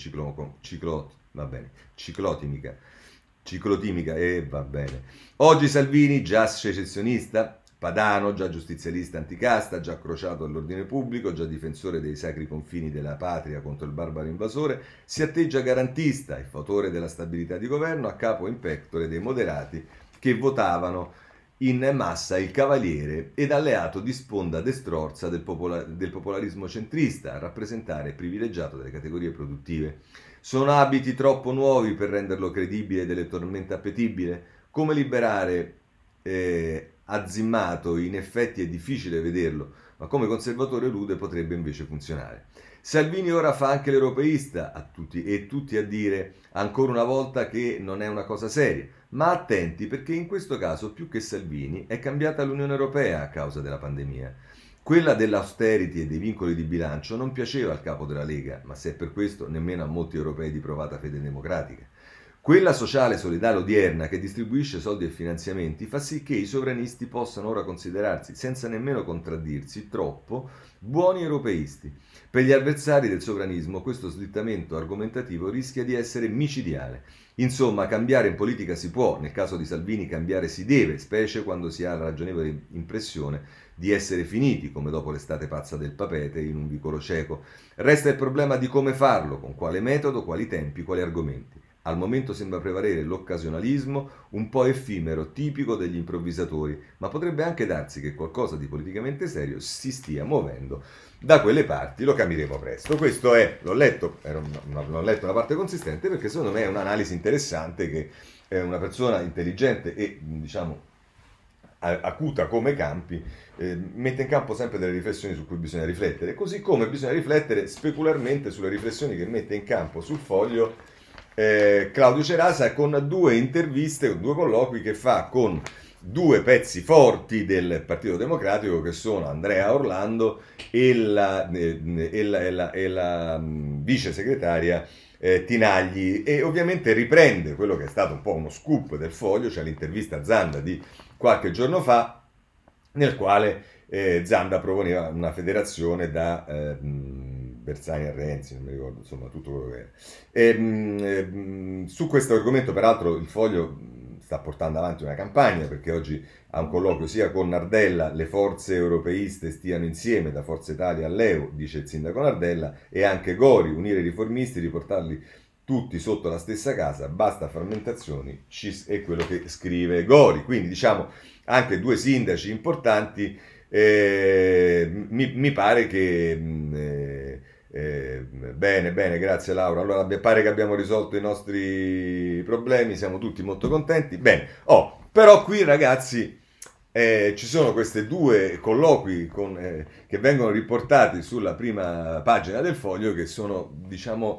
ciclotimica, e va bene. Oggi Salvini, già secessionista, padano, già giustizialista anticasta, già crociato all'ordine pubblico, già difensore dei sacri confini della patria contro il barbaro invasore, si atteggia garantista e fautore della stabilità di governo a capo in pectore dei moderati che votavano in massa il cavaliere ed alleato di sponda destrorsa del popolarismo centrista, a rappresentare privilegiato delle categorie produttive. Sono abiti troppo nuovi per renderlo credibile ed elettoralmente appetibile? Come liberare Azzimmato in effetti è difficile vederlo, ma come conservatore rude potrebbe invece funzionare. Salvini ora fa anche l'europeista tutti a dire ancora una volta che non è una cosa seria, ma attenti perché in questo caso più che Salvini è cambiata l'Unione Europea a causa della pandemia. Quella dell'austerity e dei vincoli di bilancio non piaceva al capo della Lega, ma se è per questo nemmeno a molti europei di provata fede democratica. Quella sociale solidale odierna che distribuisce soldi e finanziamenti fa sì che i sovranisti possano ora considerarsi, senza nemmeno contraddirsi, troppo buoni europeisti. Per gli avversari del sovranismo questo slittamento argomentativo rischia di essere micidiale. Insomma, cambiare in politica si può, nel caso di Salvini cambiare si deve, specie quando si ha la ragionevole impressione di essere finiti, come dopo l'estate pazza del Papete, in un vicolo cieco. Resta il problema di come farlo, con quale metodo, quali tempi, quali argomenti. Al momento sembra prevalere l'occasionalismo, un po' effimero, tipico degli improvvisatori, ma potrebbe anche darsi che qualcosa di politicamente serio si stia muovendo da quelle parti. Lo capiremo presto. Questo è, l'ho letto una parte consistente perché secondo me è un'analisi interessante che è una persona intelligente e, diciamo, acuta come Campi, mette in campo sempre delle riflessioni su cui bisogna riflettere, così come bisogna riflettere specularmente sulle riflessioni che mette in campo sul Foglio Claudio Cerasa, con due interviste, due colloqui che fa con due pezzi forti del Partito Democratico che sono Andrea Orlando e la vice segretaria Tinagli, e ovviamente riprende quello che è stato un po' uno scoop del Foglio, cioè l'intervista a Zanda di qualche giorno fa, nel quale Zanda proponeva una federazione da Bersani a Renzi, non mi ricordo, insomma tutto quello che è. Su questo argomento peraltro il Foglio sta portando avanti una campagna, perché oggi ha un colloquio sia con Nardella, le forze europeiste stiano insieme, da Forza Italia all'EU, dice il sindaco Nardella, e anche Gori, unire i riformisti, riportarli tutti sotto la stessa casa, basta frammentazioni, è quello che scrive Gori. Quindi diciamo anche due sindaci importanti, mi pare che... bene, grazie Laura. Allora pare che abbiamo risolto i nostri problemi, siamo tutti molto contenti. Bene, però qui ragazzi ci sono questi due colloqui che vengono riportati sulla prima pagina del Foglio, che sono, diciamo,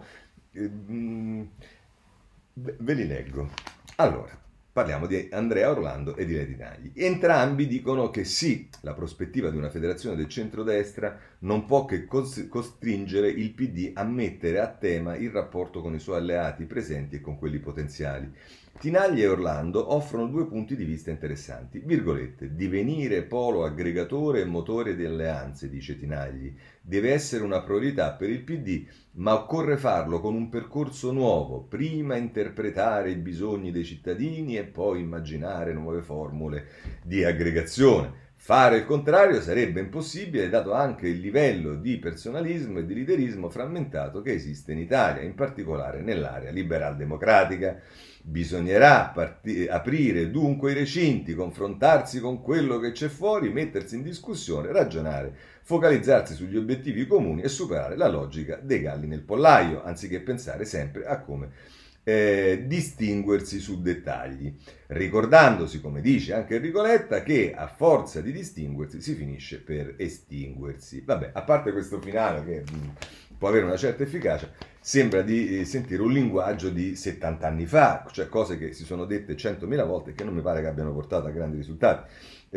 ve li leggo. Allora, parliamo di Andrea Orlando e di Lady Nagli. Entrambi dicono che sì, la prospettiva di una federazione del centrodestra non può che costringere il PD a mettere a tema il rapporto con i suoi alleati presenti e con quelli potenziali. Tinagli e Orlando offrono due punti di vista interessanti. Virgolette, divenire polo aggregatore e motore di alleanze, dice Tinagli, deve essere una priorità per il PD, ma occorre farlo con un percorso nuovo, prima interpretare i bisogni dei cittadini e poi immaginare nuove formule di aggregazione. Fare il contrario sarebbe impossibile, dato anche il livello di personalismo e di liderismo frammentato che esiste in Italia, in particolare nell'area liberal-democratica. Bisognerà aprire dunque i recinti, confrontarsi con quello che c'è fuori, mettersi in discussione, ragionare, focalizzarsi sugli obiettivi comuni e superare la logica dei galli nel pollaio, anziché pensare sempre a come distinguersi su dettagli, ricordandosi, come dice anche Enrico Letta, che a forza di distinguersi si finisce per estinguersi. Vabbè, a parte questo finale che può avere una certa efficacia, sembra di sentire un linguaggio di 70 anni fa, cioè cose che si sono dette 100.000 volte e che non mi pare che abbiano portato a grandi risultati.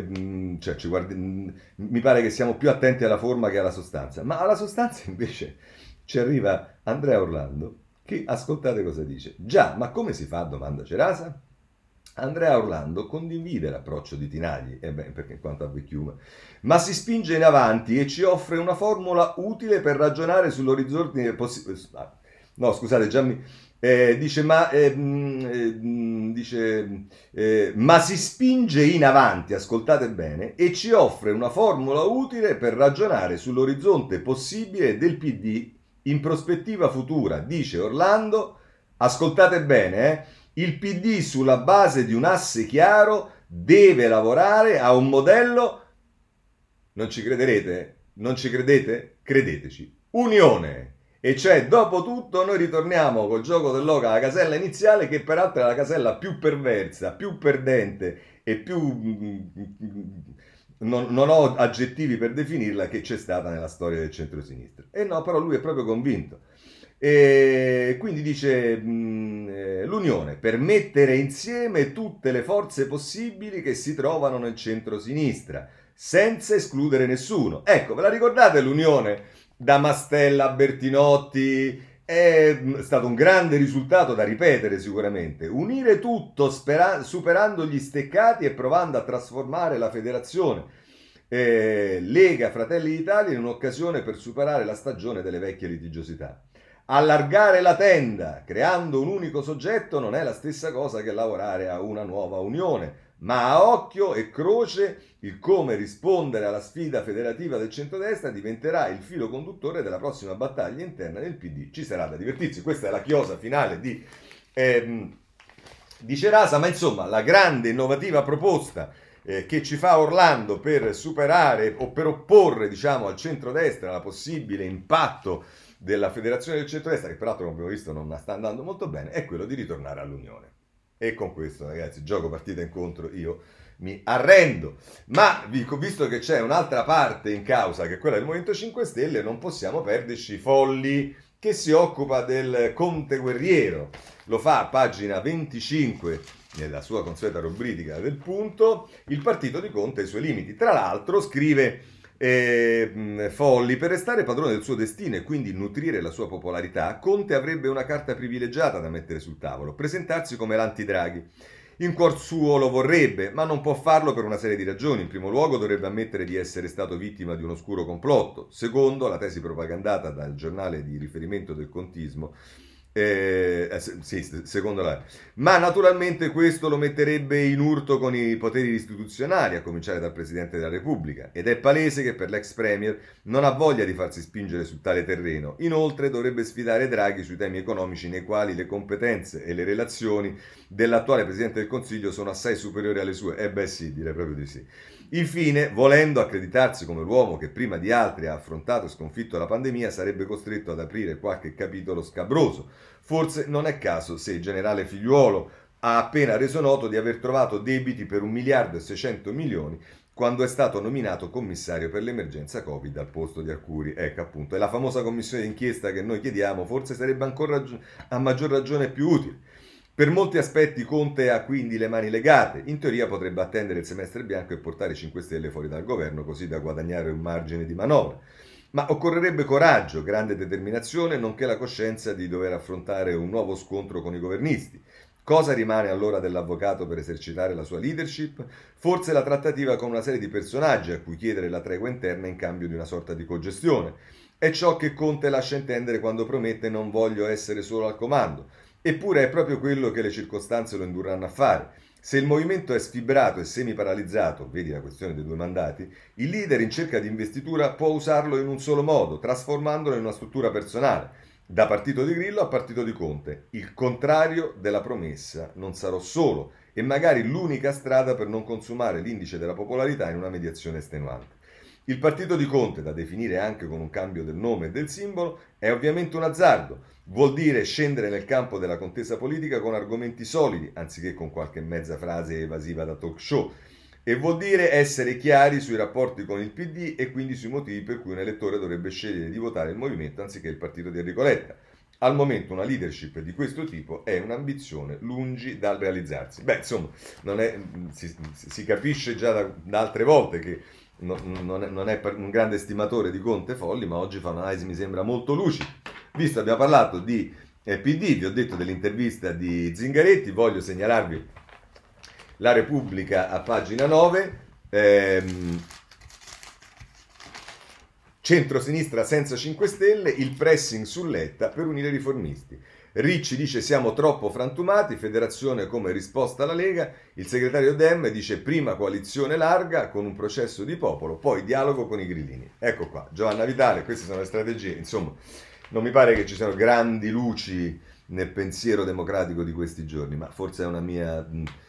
Mi pare che siamo più attenti alla forma che alla sostanza, ma alla sostanza invece ci arriva Andrea Orlando, che ascoltate cosa dice. Già, ma come si fa? Domanda Cerasa. Andrea Orlando condivide l'approccio di Tinagli, perché in quanto a vecchiume, ma si spinge in avanti e ci offre una formula utile per ragionare sull'orizzonte possibile. No, scusate, già mi... ma si spinge in avanti, ascoltate bene, e ci offre una formula utile per ragionare sull'orizzonte possibile del PD in prospettiva futura, dice Orlando. Ascoltate bene, il PD sulla base di un asse chiaro deve lavorare a un modello, non ci crederete? Non ci credete? Credeteci, unione. E cioè, dopo tutto, noi ritorniamo col gioco dell'oca alla casella iniziale, che peraltro è la casella più perversa, più perdente e più... Non ho aggettivi per definirla, che c'è stata nella storia del centro-sinistra. E no, però lui è proprio convinto. E quindi dice l'unione per mettere insieme tutte le forze possibili che si trovano nel centro-sinistra, senza escludere nessuno. Ecco, ve la ricordate l'unione da Mastella a Bertinotti? È stato un grande risultato da ripetere sicuramente. Unire tutto superando gli steccati e provando a trasformare la federazione Lega Fratelli d'Italia in un'occasione per superare la stagione delle vecchie litigiosità. Allargare la tenda creando un unico soggetto non è la stessa cosa che lavorare a una nuova unione, ma a occhio e croce il come rispondere alla sfida federativa del centrodestra diventerà il filo conduttore della prossima battaglia interna del PD. Ci sarà da divertirsi. Questa è la chiosa finale di Cerasa, ma insomma la grande innovativa proposta che ci fa Orlando per superare o per opporre, diciamo, al centrodestra la possibile impatto della federazione del centrodestra, che peraltro come abbiamo visto non sta andando molto bene, è quello di ritornare all'unione. E con questo, ragazzi, gioco partita incontro, io mi arrendo. Ma visto che c'è un'altra parte in causa, che è quella del Movimento 5 Stelle, non possiamo perderci Folli, che si occupa del Conte Guerriero. Lo fa a pagina 25 nella sua consueta rubrica del Punto, il partito di Conte e i suoi limiti. Tra l'altro scrive Folli, per restare padrone del suo destino e quindi nutrire la sua popolarità, Conte avrebbe una carta privilegiata da mettere sul tavolo: presentarsi come l'anti-Draghi. In cuor suo lo vorrebbe, ma non può farlo per una serie di ragioni. In primo luogo dovrebbe ammettere di essere stato vittima di un oscuro complotto. Secondo, la tesi propagandata dal giornale di riferimento del contismo Sì, secondo la... Ma naturalmente questo lo metterebbe in urto con i poteri istituzionali, a cominciare dal Presidente della Repubblica, ed è palese che per l'ex Premier non ha voglia di farsi spingere su tale terreno. Inoltre dovrebbe sfidare Draghi sui temi economici nei quali le competenze e le relazioni dell'attuale Presidente del Consiglio sono assai superiori alle sue. Beh sì, direi proprio di sì. Infine, volendo accreditarsi come l'uomo che prima di altri ha affrontato e sconfitto la pandemia, sarebbe costretto ad aprire qualche capitolo scabroso. Forse non è caso se il generale Figliuolo ha appena reso noto di aver trovato debiti per 1 miliardo e 600 milioni quando è stato nominato commissario per l'emergenza Covid al posto di Arcuri. Ecco appunto, e la famosa commissione d'inchiesta che noi chiediamo forse sarebbe ancora a maggior ragione più utile. Per molti aspetti Conte ha quindi le mani legate, in teoria potrebbe attendere il semestre bianco e portare i 5 Stelle fuori dal governo così da guadagnare un margine di manovra. Ma occorrerebbe coraggio, grande determinazione, nonché la coscienza di dover affrontare un nuovo scontro con i governisti. Cosa rimane allora dell'avvocato per esercitare la sua leadership? Forse la trattativa con una serie di personaggi a cui chiedere la tregua interna in cambio di una sorta di cogestione. È ciò che Conte lascia intendere quando promette non voglio essere solo al comando. Eppure è proprio quello che le circostanze lo indurranno a fare. Se il movimento è sfibrato e semiparalizzato, vedi la questione dei 2 mandati, il leader in cerca di investitura può usarlo in un solo modo, trasformandolo in una struttura personale, da partito di Grillo a partito di Conte. Il contrario della promessa, non sarò solo, e magari l'unica strada per non consumare l'indice della popolarità in una mediazione estenuante. Il partito di Conte, da definire anche con un cambio del nome e del simbolo, è ovviamente un azzardo. Vuol dire scendere nel campo della contesa politica con argomenti solidi, anziché con qualche mezza frase evasiva da talk show. E vuol dire essere chiari sui rapporti con il PD e quindi sui motivi per cui un elettore dovrebbe scegliere di votare il movimento anziché il partito di Enrico Letta. Al momento una leadership di questo tipo è un'ambizione lungi dal realizzarsi. Beh, insomma, si capisce già da altre volte che non è un grande stimatore di Conte Folli, ma oggi fa un'analisi mi sembra molto lucida. Visto abbiamo parlato di PD, vi ho detto dell'intervista di Zingaretti, voglio segnalarvi la Repubblica a pagina 9, centrosinistra senza 5 Stelle, il pressing su Letta per unire i riformisti. Ricci dice siamo troppo frantumati, federazione come risposta alla Lega, il segretario Dem dice prima coalizione larga con un processo di popolo, poi dialogo con i grillini. Ecco qua, Giovanna Vitale, queste sono le strategie, insomma, non mi pare che ci siano grandi luci nel pensiero democratico di questi giorni, ma forse è una mia,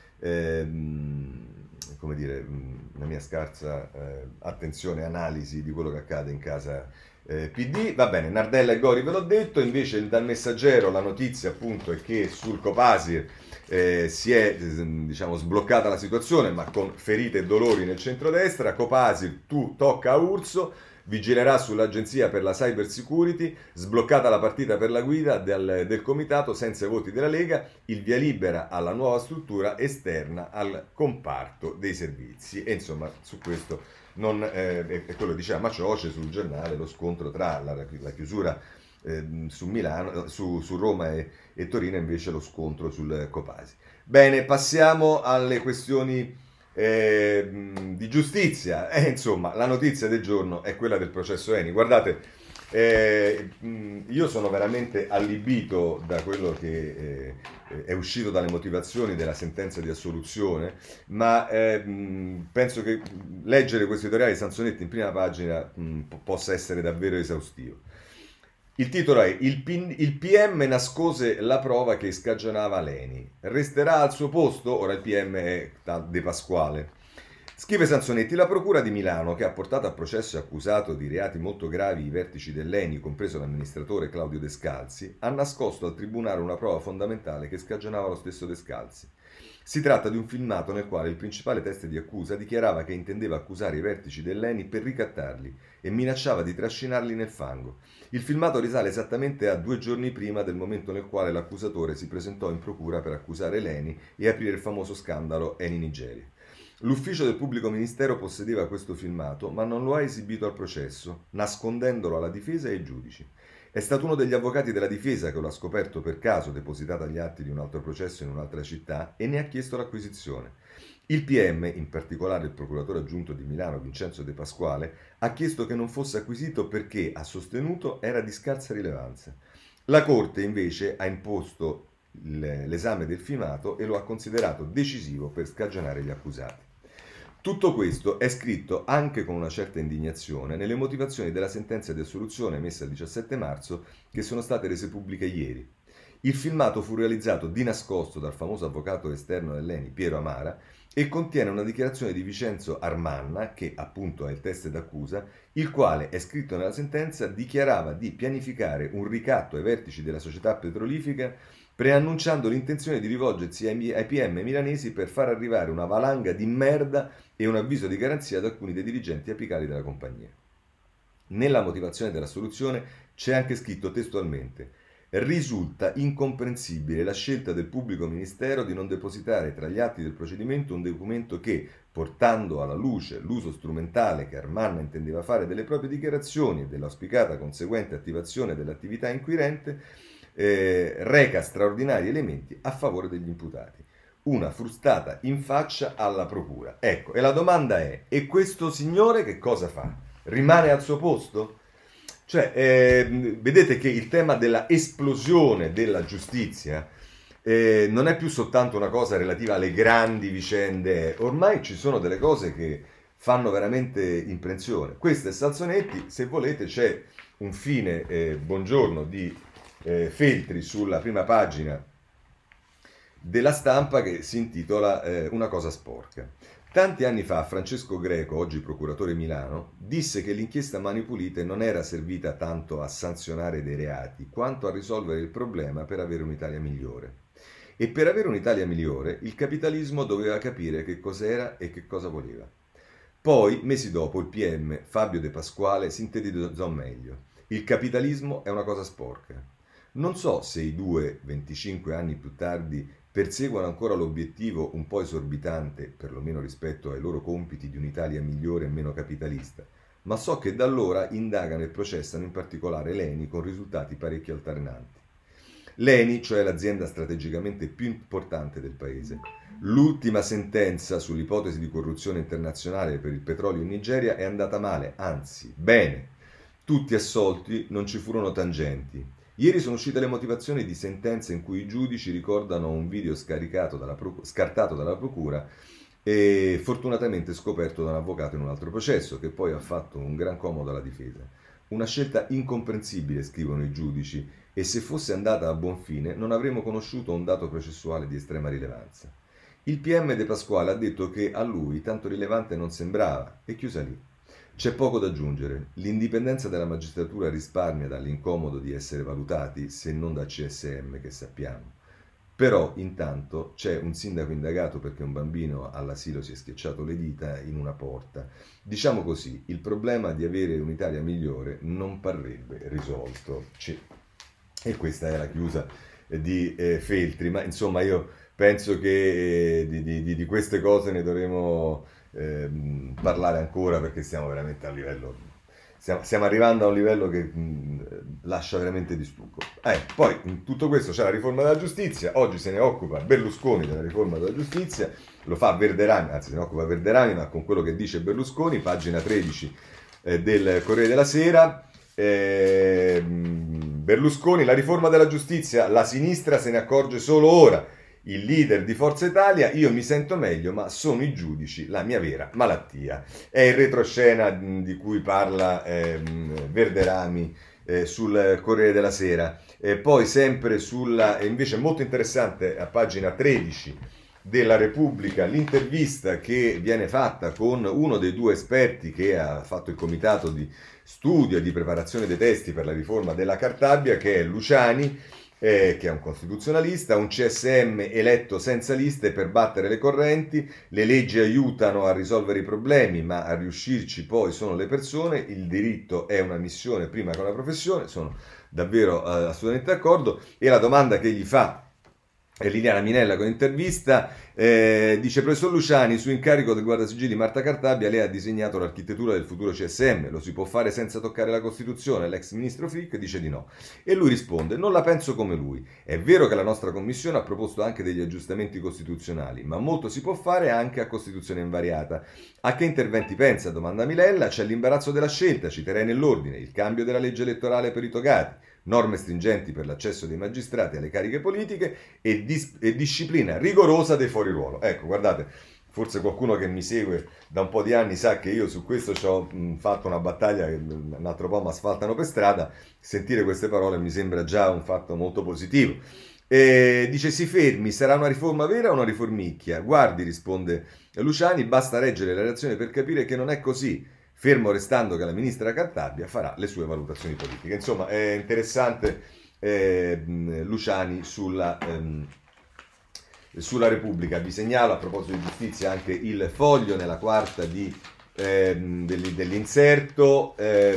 come dire, una mia scarsa attenzione e analisi di quello che accade in casa PD. Va bene, Nardella e Gori ve l'ho detto, invece dal Messaggero la notizia appunto è che sul Copasir si è diciamo sbloccata la situazione, ma con ferite e dolori nel centrodestra. Copasir tocca a Urso, vigilerà sull'Agenzia per la Cyber Security, sbloccata la partita per la guida del comitato senza i voti della Lega, il via libera alla nuova struttura esterna al comparto dei servizi. E insomma su questo non, è quello che diceva Macioce sul giornale, lo scontro tra la chiusura su Milano, su Roma e Torino, invece lo scontro sul Copasi. Bene, passiamo alle questioni di giustizia. Insomma, la notizia del giorno è quella del processo Eni. Guardate, io sono veramente allibito da quello che è uscito dalle motivazioni della sentenza di assoluzione, ma penso che leggere questo editoriale di Sansonetti in prima pagina possa essere davvero esaustivo. Il titolo è il PM nascose la prova che scagionava Leni. Resterà al suo posto? Ora il PM è De Pasquale. Scrive Sansonetti, la Procura di Milano, che ha portato a processo e accusato di reati molto gravi i vertici dell'Eni, compreso l'amministratore Claudio Descalzi, ha nascosto al tribunale una prova fondamentale che scagionava lo stesso Descalzi. Si tratta di un filmato nel quale il principale teste di accusa dichiarava che intendeva accusare i vertici dell'Eni per ricattarli e minacciava di trascinarli nel fango. Il filmato risale esattamente a 2 giorni prima del momento nel quale l'accusatore si presentò in procura per accusare l'Eni e aprire il famoso scandalo Eni Nigeria. L'ufficio del pubblico ministero possedeva questo filmato, ma non lo ha esibito al processo, nascondendolo alla difesa e ai giudici. È stato uno degli avvocati della difesa che lo ha scoperto per caso, depositato agli atti di un altro processo in un'altra città, e ne ha chiesto l'acquisizione. Il PM, in particolare il procuratore aggiunto di Milano Vincenzo De Pasquale, ha chiesto che non fosse acquisito perché, ha sostenuto, era di scarsa rilevanza. La Corte invece ha imposto l'esame del filmato e lo ha considerato decisivo per scagionare gli accusati. Tutto questo è scritto anche con una certa indignazione nelle motivazioni della sentenza di assoluzione emessa il 17 marzo che sono state rese pubbliche ieri. Il filmato fu realizzato di nascosto dal famoso avvocato esterno dell'ENI Piero Amara e contiene una dichiarazione di Vincenzo Armanna, che appunto è il teste d'accusa, il quale, è scritto nella sentenza, dichiarava di pianificare un ricatto ai vertici della società petrolifera preannunciando l'intenzione di rivolgersi ai PM milanesi per far arrivare una valanga di merda e un avviso di garanzia ad alcuni dei dirigenti apicali della compagnia. Nella motivazione della soluzione c'è anche scritto testualmente: risulta incomprensibile la scelta del pubblico ministero di non depositare tra gli atti del procedimento un documento che, portando alla luce l'uso strumentale che Armanna intendeva fare delle proprie dichiarazioni e dell'auspicata conseguente attivazione dell'attività inquirente, reca straordinari elementi a favore degli imputati. Una frustata in faccia alla procura. Ecco, e la domanda è: e questo signore che cosa fa? Rimane al suo posto? Cioè, vedete che il tema della esplosione della giustizia non è più soltanto una cosa relativa alle grandi vicende, ormai ci sono delle cose che fanno veramente imprensione. Questo è Salzonetti, se volete c'è un fine buongiorno di Feltri sulla prima pagina della Stampa che si intitola Una cosa sporca. Tanti anni fa Francesco Greco, oggi procuratore Milano, disse che l'inchiesta Mani Pulite non era servita tanto a sanzionare dei reati, quanto a risolvere il problema per avere un'Italia migliore. E per avere un'Italia migliore il capitalismo doveva capire che cos'era e che cosa voleva. Poi, mesi dopo, il PM Fabio De Pasquale sintetizzò meglio: il capitalismo è una cosa sporca. Non so se i due, 25 anni più tardi, perseguono ancora l'obiettivo un po' esorbitante, perlomeno rispetto ai loro compiti, di un'Italia migliore e meno capitalista, ma so che da allora indagano e processano in particolare l'ENI con risultati parecchio altalenanti. L'ENI, cioè l'azienda strategicamente più importante del paese. L'ultima sentenza sull'ipotesi di corruzione internazionale per il petrolio in Nigeria è andata male, anzi, bene. Tutti assolti, non ci furono tangenti. Ieri sono uscite le motivazioni di sentenza in cui i giudici ricordano un video scartato dalla procura e fortunatamente scoperto da un avvocato in un altro processo, che poi ha fatto un gran comodo alla difesa. Una scelta incomprensibile, scrivono i giudici, e se fosse andata a buon fine non avremmo conosciuto un dato processuale di estrema rilevanza. Il PM De Pasquale ha detto che a lui tanto rilevante non sembrava, e chiusa lì. C'è poco da aggiungere. L'indipendenza della magistratura risparmia dall'incomodo di essere valutati, se non da CSM, che sappiamo. Però, intanto, c'è un sindaco indagato perché un bambino all'asilo si è schiacciato le dita in una porta. Diciamo così, il problema di avere un'Italia migliore non parrebbe risolto. E questa è la chiusa di Feltri, ma insomma io penso che di queste cose ne dovremo parlare ancora, perché stiamo veramente a un livello, stiamo arrivando a un livello che lascia veramente di stucco. Poi in tutto questo c'è la riforma della giustizia, oggi se ne occupa Berlusconi della riforma della giustizia, lo fa Verderami, anzi se ne occupa Verderami, ma con quello che dice Berlusconi, pagina 13 del Corriere della Sera. Berlusconi, la riforma della giustizia, la sinistra se ne accorge solo ora. Il leader di Forza Italia: io mi sento meglio, ma sono i giudici la mia vera malattia. È il retroscena di cui parla Verderami sul Corriere della Sera. Poi sempre invece molto interessante, a pagina 13 della Repubblica, l'intervista che viene fatta con uno dei due esperti che ha fatto il comitato di studio e di preparazione dei testi per la riforma della Cartabia, che è Luciani, che è un costituzionalista, un CSM eletto senza liste per battere le correnti. Le leggi aiutano a risolvere i problemi, ma a riuscirci poi sono le persone. Il diritto è una missione prima che una professione. Sono davvero assolutamente d'accordo. E la domanda che gli fa Liliana Minella con intervista, dice: professor Luciani, su incarico del guardasigilli Marta Cartabia lei ha disegnato l'architettura del futuro CSM, lo si può fare senza toccare la Costituzione? L'ex ministro Frick dice di no, e lui risponde: non la penso come lui, è vero che la nostra commissione ha proposto anche degli aggiustamenti costituzionali, ma molto si può fare anche a Costituzione invariata. A che interventi pensa? Domanda Minella. C'è l'imbarazzo della scelta, citerei nell'ordine: il cambio della legge elettorale per i togati, norme stringenti per l'accesso dei magistrati alle cariche politiche e disciplina rigorosa dei fuoriruolo. Ecco, guardate, forse qualcuno che mi segue da un po' di anni sa che io su questo ci ho fatto una battaglia che un altro po' mi asfaltano per strada. Sentire queste parole mi sembra già un fatto molto positivo. Dice: si fermi, sarà una riforma vera o una riformicchia? Guardi, risponde Luciani, basta leggere la relazione per capire che non è così, fermo restando che la ministra Cartabia farà le sue valutazioni politiche. Insomma, è interessante Luciani sulla Repubblica. Vi segnalo, a proposito di giustizia, anche il Foglio nella quarta dell'inserto,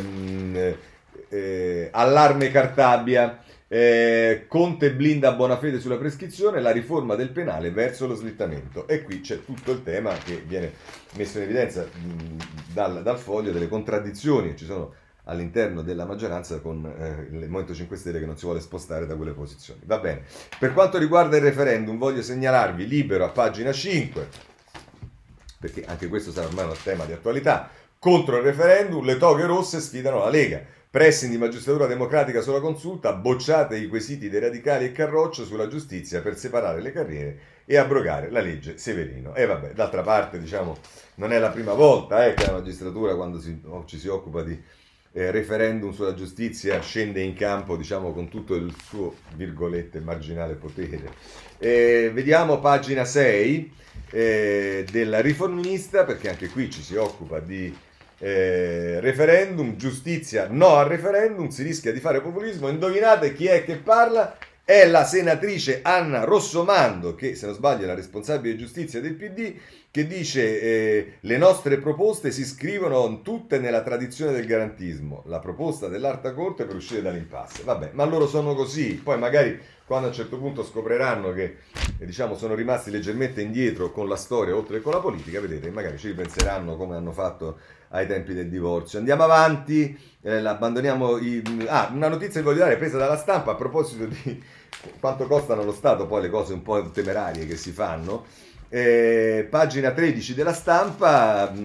allarme Cartabia. Conte blinda a buona fede sulla prescrizione, la riforma del penale verso lo slittamento, e qui c'è tutto il tema che viene messo in evidenza dal Foglio, delle contraddizioni che ci sono all'interno della maggioranza con il Movimento 5 Stelle che non si vuole spostare da quelle posizioni. Va bene. Per quanto riguarda il referendum, voglio segnalarvi Libero a pagina 5, perché anche questo sarà ormai un tema di attualità. Contro il referendum, le toghe rosse sfidano la Lega. Pressing di magistratura democratica sulla consulta, bocciate i quesiti dei radicali e Carroccio sulla giustizia per separare le carriere e abrogare la legge Severino. E vabbè, d'altra parte, diciamo, non è la prima volta che la magistratura, quando ci si occupa di referendum sulla giustizia, scende in campo, diciamo, con tutto il suo, virgolette, marginale potere. Vediamo pagina 6 del Riformista, perché anche qui ci si occupa di referendum, giustizia no al referendum, si rischia di fare populismo. Indovinate chi è che parla? È la senatrice Anna Rossomando, che se non sbaglio è la responsabile giustizia del PD, che dice le nostre proposte si iscrivono tutte nella tradizione del garantismo, la proposta dell'Alta Corte per uscire dall'impasse. Vabbè, ma loro sono così, poi magari quando a un certo punto scopriranno che diciamo sono rimasti leggermente indietro con la storia oltre che con la politica, vedete, magari ci ripenseranno come hanno fatto ai tempi del divorzio. Andiamo avanti, abbandoniamo una notizia che voglio dare presa dalla Stampa a proposito di quanto costano allo Stato poi le cose un po' temerarie che si fanno. Pagina 13 della Stampa,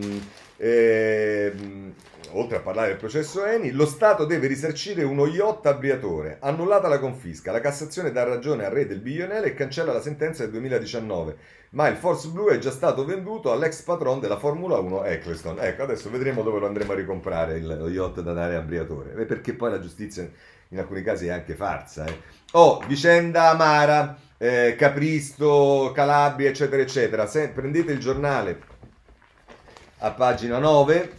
oltre a parlare del processo Eni, lo Stato deve risarcire uno yacht a Briatore, annullata la confisca, la Cassazione dà ragione al re del Billionelle e cancella la sentenza del 2019, ma il Force Blu è già stato venduto all'ex patron della Formula 1 Eccleston. Ecco, adesso vedremo dove lo andremo a ricomprare lo yacht da dare a Briatore, perché poi la giustizia in alcuni casi è anche farsa. Vicenda amara, Capristo, Calabria, eccetera, eccetera. Prendete il giornale a pagina 9,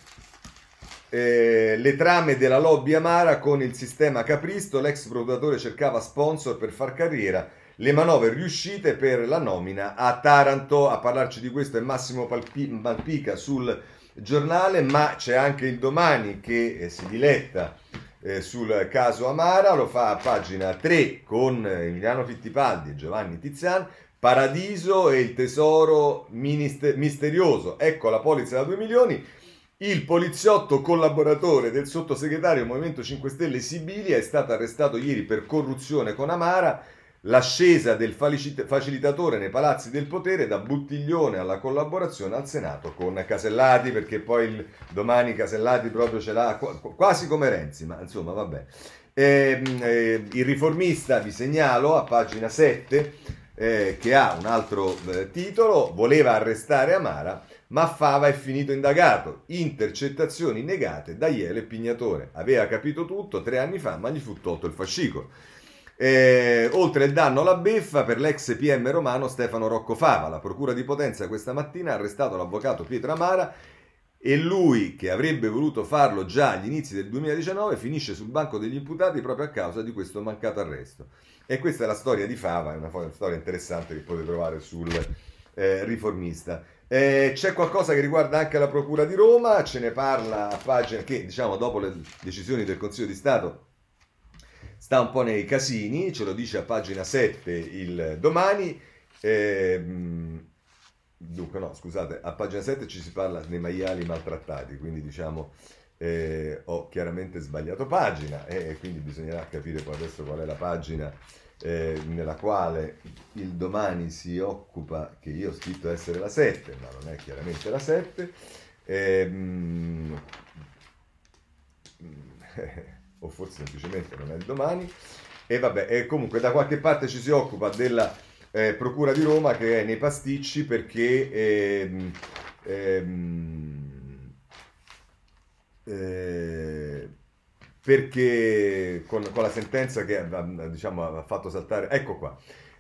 le trame della lobby amara con il sistema Capristo, l'ex procuratore cercava sponsor per far carriera, le manovre riuscite per la nomina a Taranto. A parlarci di questo è Massimo Malpica sul giornale, ma c'è anche il Domani che si diletta sul caso Amara, lo fa a pagina 3 con Emiliano Fittipaldi e Giovanni Tizian. Paradiso e il tesoro misterioso, ecco la polizza da 2 milioni. Il poliziotto collaboratore del sottosegretario del Movimento 5 Stelle Sibilia è stato arrestato ieri per corruzione con Amara. L'ascesa del facilitatore nei palazzi del potere, da Buttiglione alla collaborazione al Senato con Casellati, perché poi il Domani Casellati proprio ce l'ha quasi come Renzi, ma insomma vabbè. Il Riformista, vi segnalo, a pagina 7, che ha un altro titolo: voleva arrestare Amara, ma Fava è finito indagato, intercettazioni negate da Iele e Pignatore, aveva capito tutto 3 anni fa, ma gli fu tolto il fascicolo. Oltre il danno alla beffa per l'ex PM romano Stefano Rocco Fava, la procura di Potenza questa mattina ha arrestato l'avvocato Pietro Amara, e lui, che avrebbe voluto farlo già agli inizi del 2019, finisce sul banco degli imputati proprio a causa di questo mancato arresto. E questa è la storia di Fava, è una storia interessante che potete trovare sul Riformista. C'è qualcosa che riguarda anche la Procura di Roma, ce ne parla a pagina che, diciamo, dopo le decisioni del Consiglio di Stato sta un po' nei casini, ce lo dice a pagina 7 il Domani. Dunque no, scusate, a pagina 7 ci si parla dei maiali maltrattati, quindi diciamo ho chiaramente sbagliato pagina, e quindi bisognerà capire poi adesso qual è la pagina nella quale il Domani si occupa, che io ho scritto essere la 7, ma non è chiaramente la 7. o forse semplicemente non è il Domani. E vabbè, e comunque da qualche parte ci si occupa della Procura di Roma che è nei pasticci perché eh, perché con la sentenza che diciamo, ha fatto saltare, ecco qua,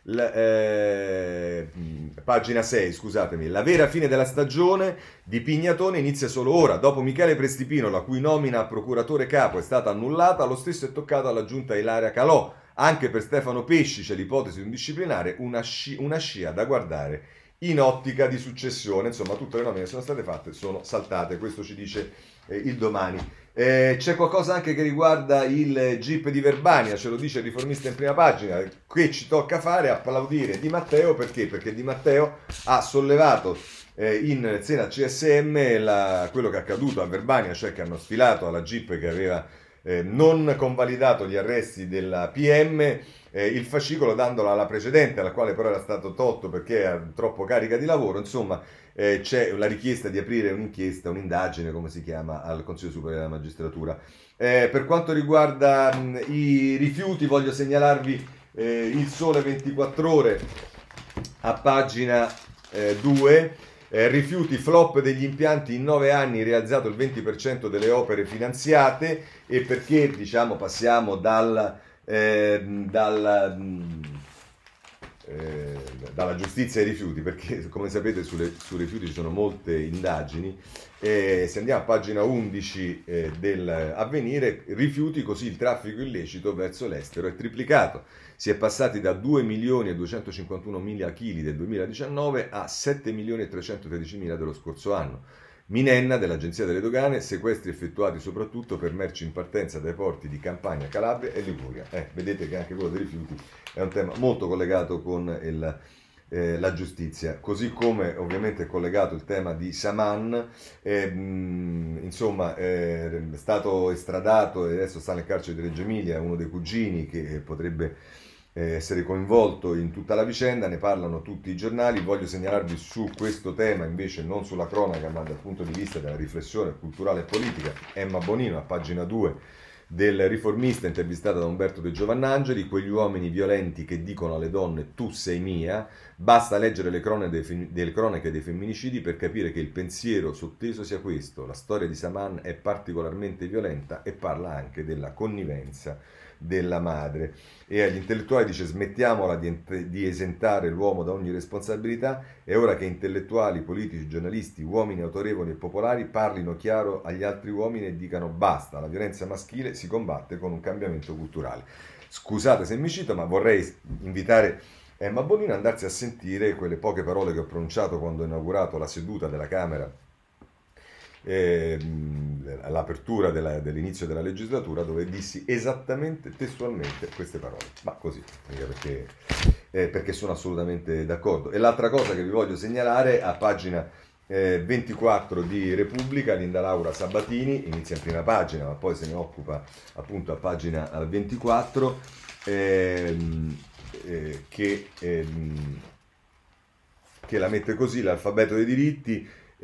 pagina 6, scusatemi, la vera fine della stagione di Pignatone inizia solo ora. Dopo Michele Prestipino, la cui nomina a procuratore capo è stata annullata, lo stesso è toccato alla giunta Ilaria Calò. Anche per Stefano Pesci c'è l'ipotesi di un disciplinare, una scia da guardare in ottica di successione. Insomma, tutte le nomine che sono state fatte sono saltate, questo ci dice il Domani. C'è qualcosa anche che riguarda il GIP di Verbania, ce lo dice il riformista in prima pagina, che ci tocca fare, applaudire Di Matteo, perché? Perché Di Matteo ha sollevato in seno al CSM quello che è accaduto a Verbania, cioè che hanno sfilato alla GIP che aveva non convalidato gli arresti della PM, il fascicolo dandolo alla precedente, alla quale però era stato tolto perché era troppo carica di lavoro. Insomma, c'è la richiesta di aprire un'inchiesta, un'indagine, come si chiama, al Consiglio Superiore della Magistratura. Per quanto riguarda i rifiuti, voglio segnalarvi il Sole 24 Ore a pagina 2. Rifiuti, flop degli impianti in 9 anni, realizzato il 20% delle opere finanziate. E perché diciamo passiamo dalla giustizia ai rifiuti? Perché come sapete sui rifiuti ci sono molte indagini. Se andiamo a pagina 11 dell'Avvenire, rifiuti, così il traffico illecito verso l'estero è triplicato. Si è passati da 2.251.000 kg del 2019 a 7.313.000 dello scorso anno. Minenna dell'Agenzia delle Dogane, sequestri effettuati soprattutto per merci in partenza dai porti di Campania, Calabria e Liguria. Vedete che anche quello dei rifiuti è un tema molto collegato con la giustizia, così come ovviamente è collegato il tema di Saman. Insomma, è stato estradato e adesso sta nel carcere di Reggio Emilia uno dei cugini che potrebbe essere coinvolto in tutta la vicenda. Ne parlano tutti i giornali. Voglio segnalarvi su questo tema invece, non sulla cronaca ma dal punto di vista della riflessione culturale e politica, Emma Bonino a pagina 2 del Riformista, intervistata da Umberto De Giovannangeli. Quegli uomini violenti che dicono alle donne tu sei mia. Basta leggere le cronache dei femminicidi per capire che il pensiero sotteso sia questo. La storia di Saman è particolarmente violenta e parla anche della connivenza della madre. E agli intellettuali dice: smettiamola di esentare l'uomo da ogni responsabilità, è ora che intellettuali, politici, giornalisti, uomini autorevoli e popolari parlino chiaro agli altri uomini e dicano basta, la violenza maschile si combatte con un cambiamento culturale. Scusate se mi cito, ma vorrei invitare Emma Bonino ad andarsi a sentire quelle poche parole che ho pronunciato quando ho inaugurato la seduta della Camera, all'apertura dell'inizio della legislatura, dove dissi esattamente testualmente queste parole, ma così, perché sono assolutamente d'accordo. E l'altra cosa che vi voglio segnalare, a pagina 24 di Repubblica, Linda Laura Sabatini, inizia in prima pagina ma poi se ne occupa appunto a pagina 24, che la mette così: l'alfabeto dei diritti.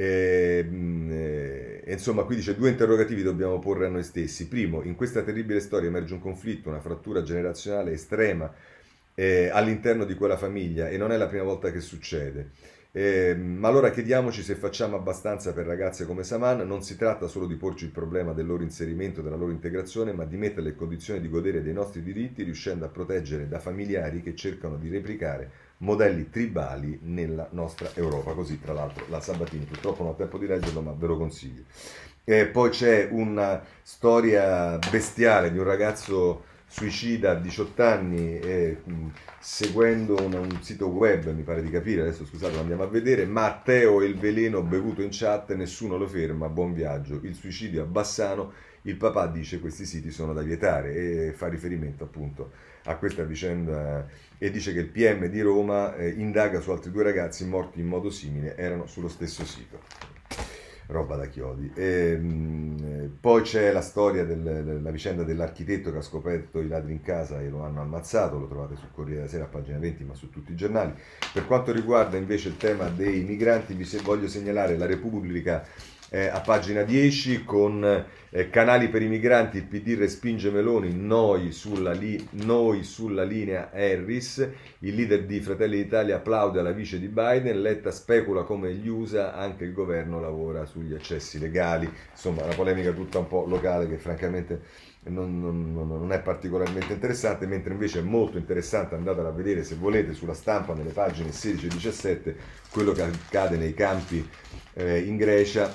Insomma, qui dice: due interrogativi dobbiamo porre a noi stessi. Primo, in questa terribile storia emerge un conflitto, una frattura generazionale estrema all'interno di quella famiglia, e non è la prima volta che succede. Ma allora chiediamoci se facciamo abbastanza per ragazze come Saman. Non si tratta solo di porci il problema del loro inserimento, della loro integrazione, ma di metterle in condizione di godere dei nostri diritti, riuscendo a proteggere da familiari che cercano di replicare modelli tribali nella nostra Europa. Così, tra l'altro, la Sabatini. Purtroppo non ho tempo di leggerlo, ma ve lo consiglio. Poi c'è una storia bestiale di un ragazzo suicida a 18 anni, seguendo un sito web, mi pare di capire, adesso scusate, lo andiamo a vedere. Matteo e il veleno bevuto in chat, nessuno lo ferma, buon viaggio. Il suicidio a Bassano, il papà dice questi siti sono da vietare, e fa riferimento appunto a questa vicenda, e dice che il PM di Roma indaga su altri 2 ragazzi morti in modo simile, erano sullo stesso sito. Roba da chiodi. Poi c'è la storia della vicenda dell'architetto che ha scoperto i ladri in casa e lo hanno ammazzato, lo trovate sul Corriere della Sera a pagina 20 ma su tutti i giornali. Per quanto riguarda invece il tema dei migranti, voglio segnalare la Repubblica a pagina 10 con canali per i migranti, il PD respinge Meloni, noi sulla linea Harris, il leader di Fratelli d'Italia applaude alla vice di Biden, Letta specula come gli USA, anche il governo lavora sugli accessi legali, insomma una polemica tutta un po' locale che francamente non è particolarmente interessante, mentre invece è molto interessante, andatela a vedere se volete sulla Stampa nelle pagine 16 e 17 quello che accade nei campi in Grecia,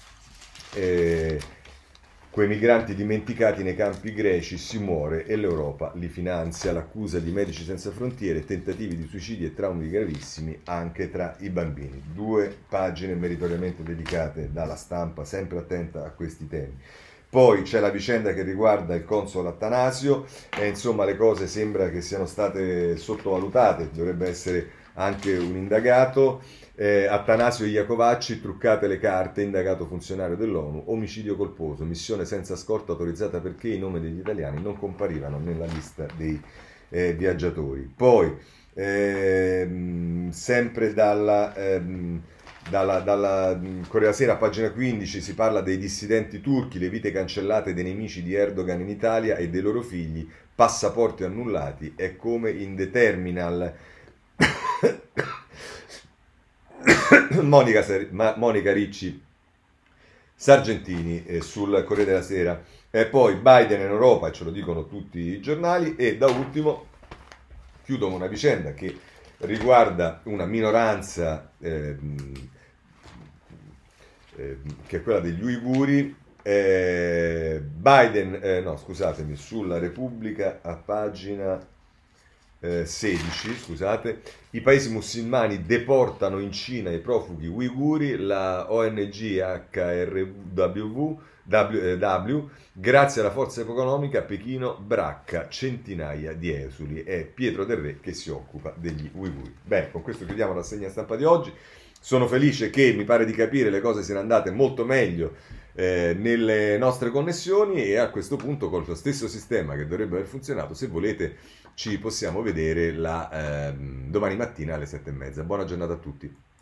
quei migranti dimenticati nei campi greci, si muore e l'Europa li finanzia, l'accusa di Medici Senza Frontiere, tentativi di suicidi e traumi gravissimi anche tra i bambini. 2 pagine meritoriamente dedicate dalla Stampa, sempre attenta a questi temi. Poi c'è la vicenda che riguarda il console Attanasio, insomma le cose sembra che siano state sottovalutate, dovrebbe essere anche un indagato. Attanasio Iacovacci, truccate le carte, indagato funzionario dell'ONU, omicidio colposo, missione senza scorta autorizzata perché i nomi degli italiani non comparivano nella lista dei viaggiatori. Poi, sempre dalla Corriere Sera, pagina 15, si parla dei dissidenti turchi, le vite cancellate dei nemici di Erdogan in Italia e dei loro figli, passaporti annullati, è come in The Terminal. Monica Ricci Sargentini sul Corriere della Sera. Poi Biden in Europa, ce lo dicono tutti i giornali, e da ultimo chiudo con una vicenda che riguarda una minoranza che è quella degli uiguri. Sulla Repubblica a pagina 16, scusate, i paesi musulmani deportano in Cina i profughi uiguri, la ONG HRW, grazie alla forza economica, Pechino bracca centinaia di esuli. È Pietro Del Re che si occupa degli uiguri. Bene, con questo chiudiamo la rassegna stampa di oggi. Sono felice che, mi pare di capire, le cose siano andate molto meglio nelle nostre connessioni, e a questo punto con lo stesso sistema che dovrebbe aver funzionato, se volete ci possiamo vedere domani mattina alle 7:30. Buona giornata a tutti.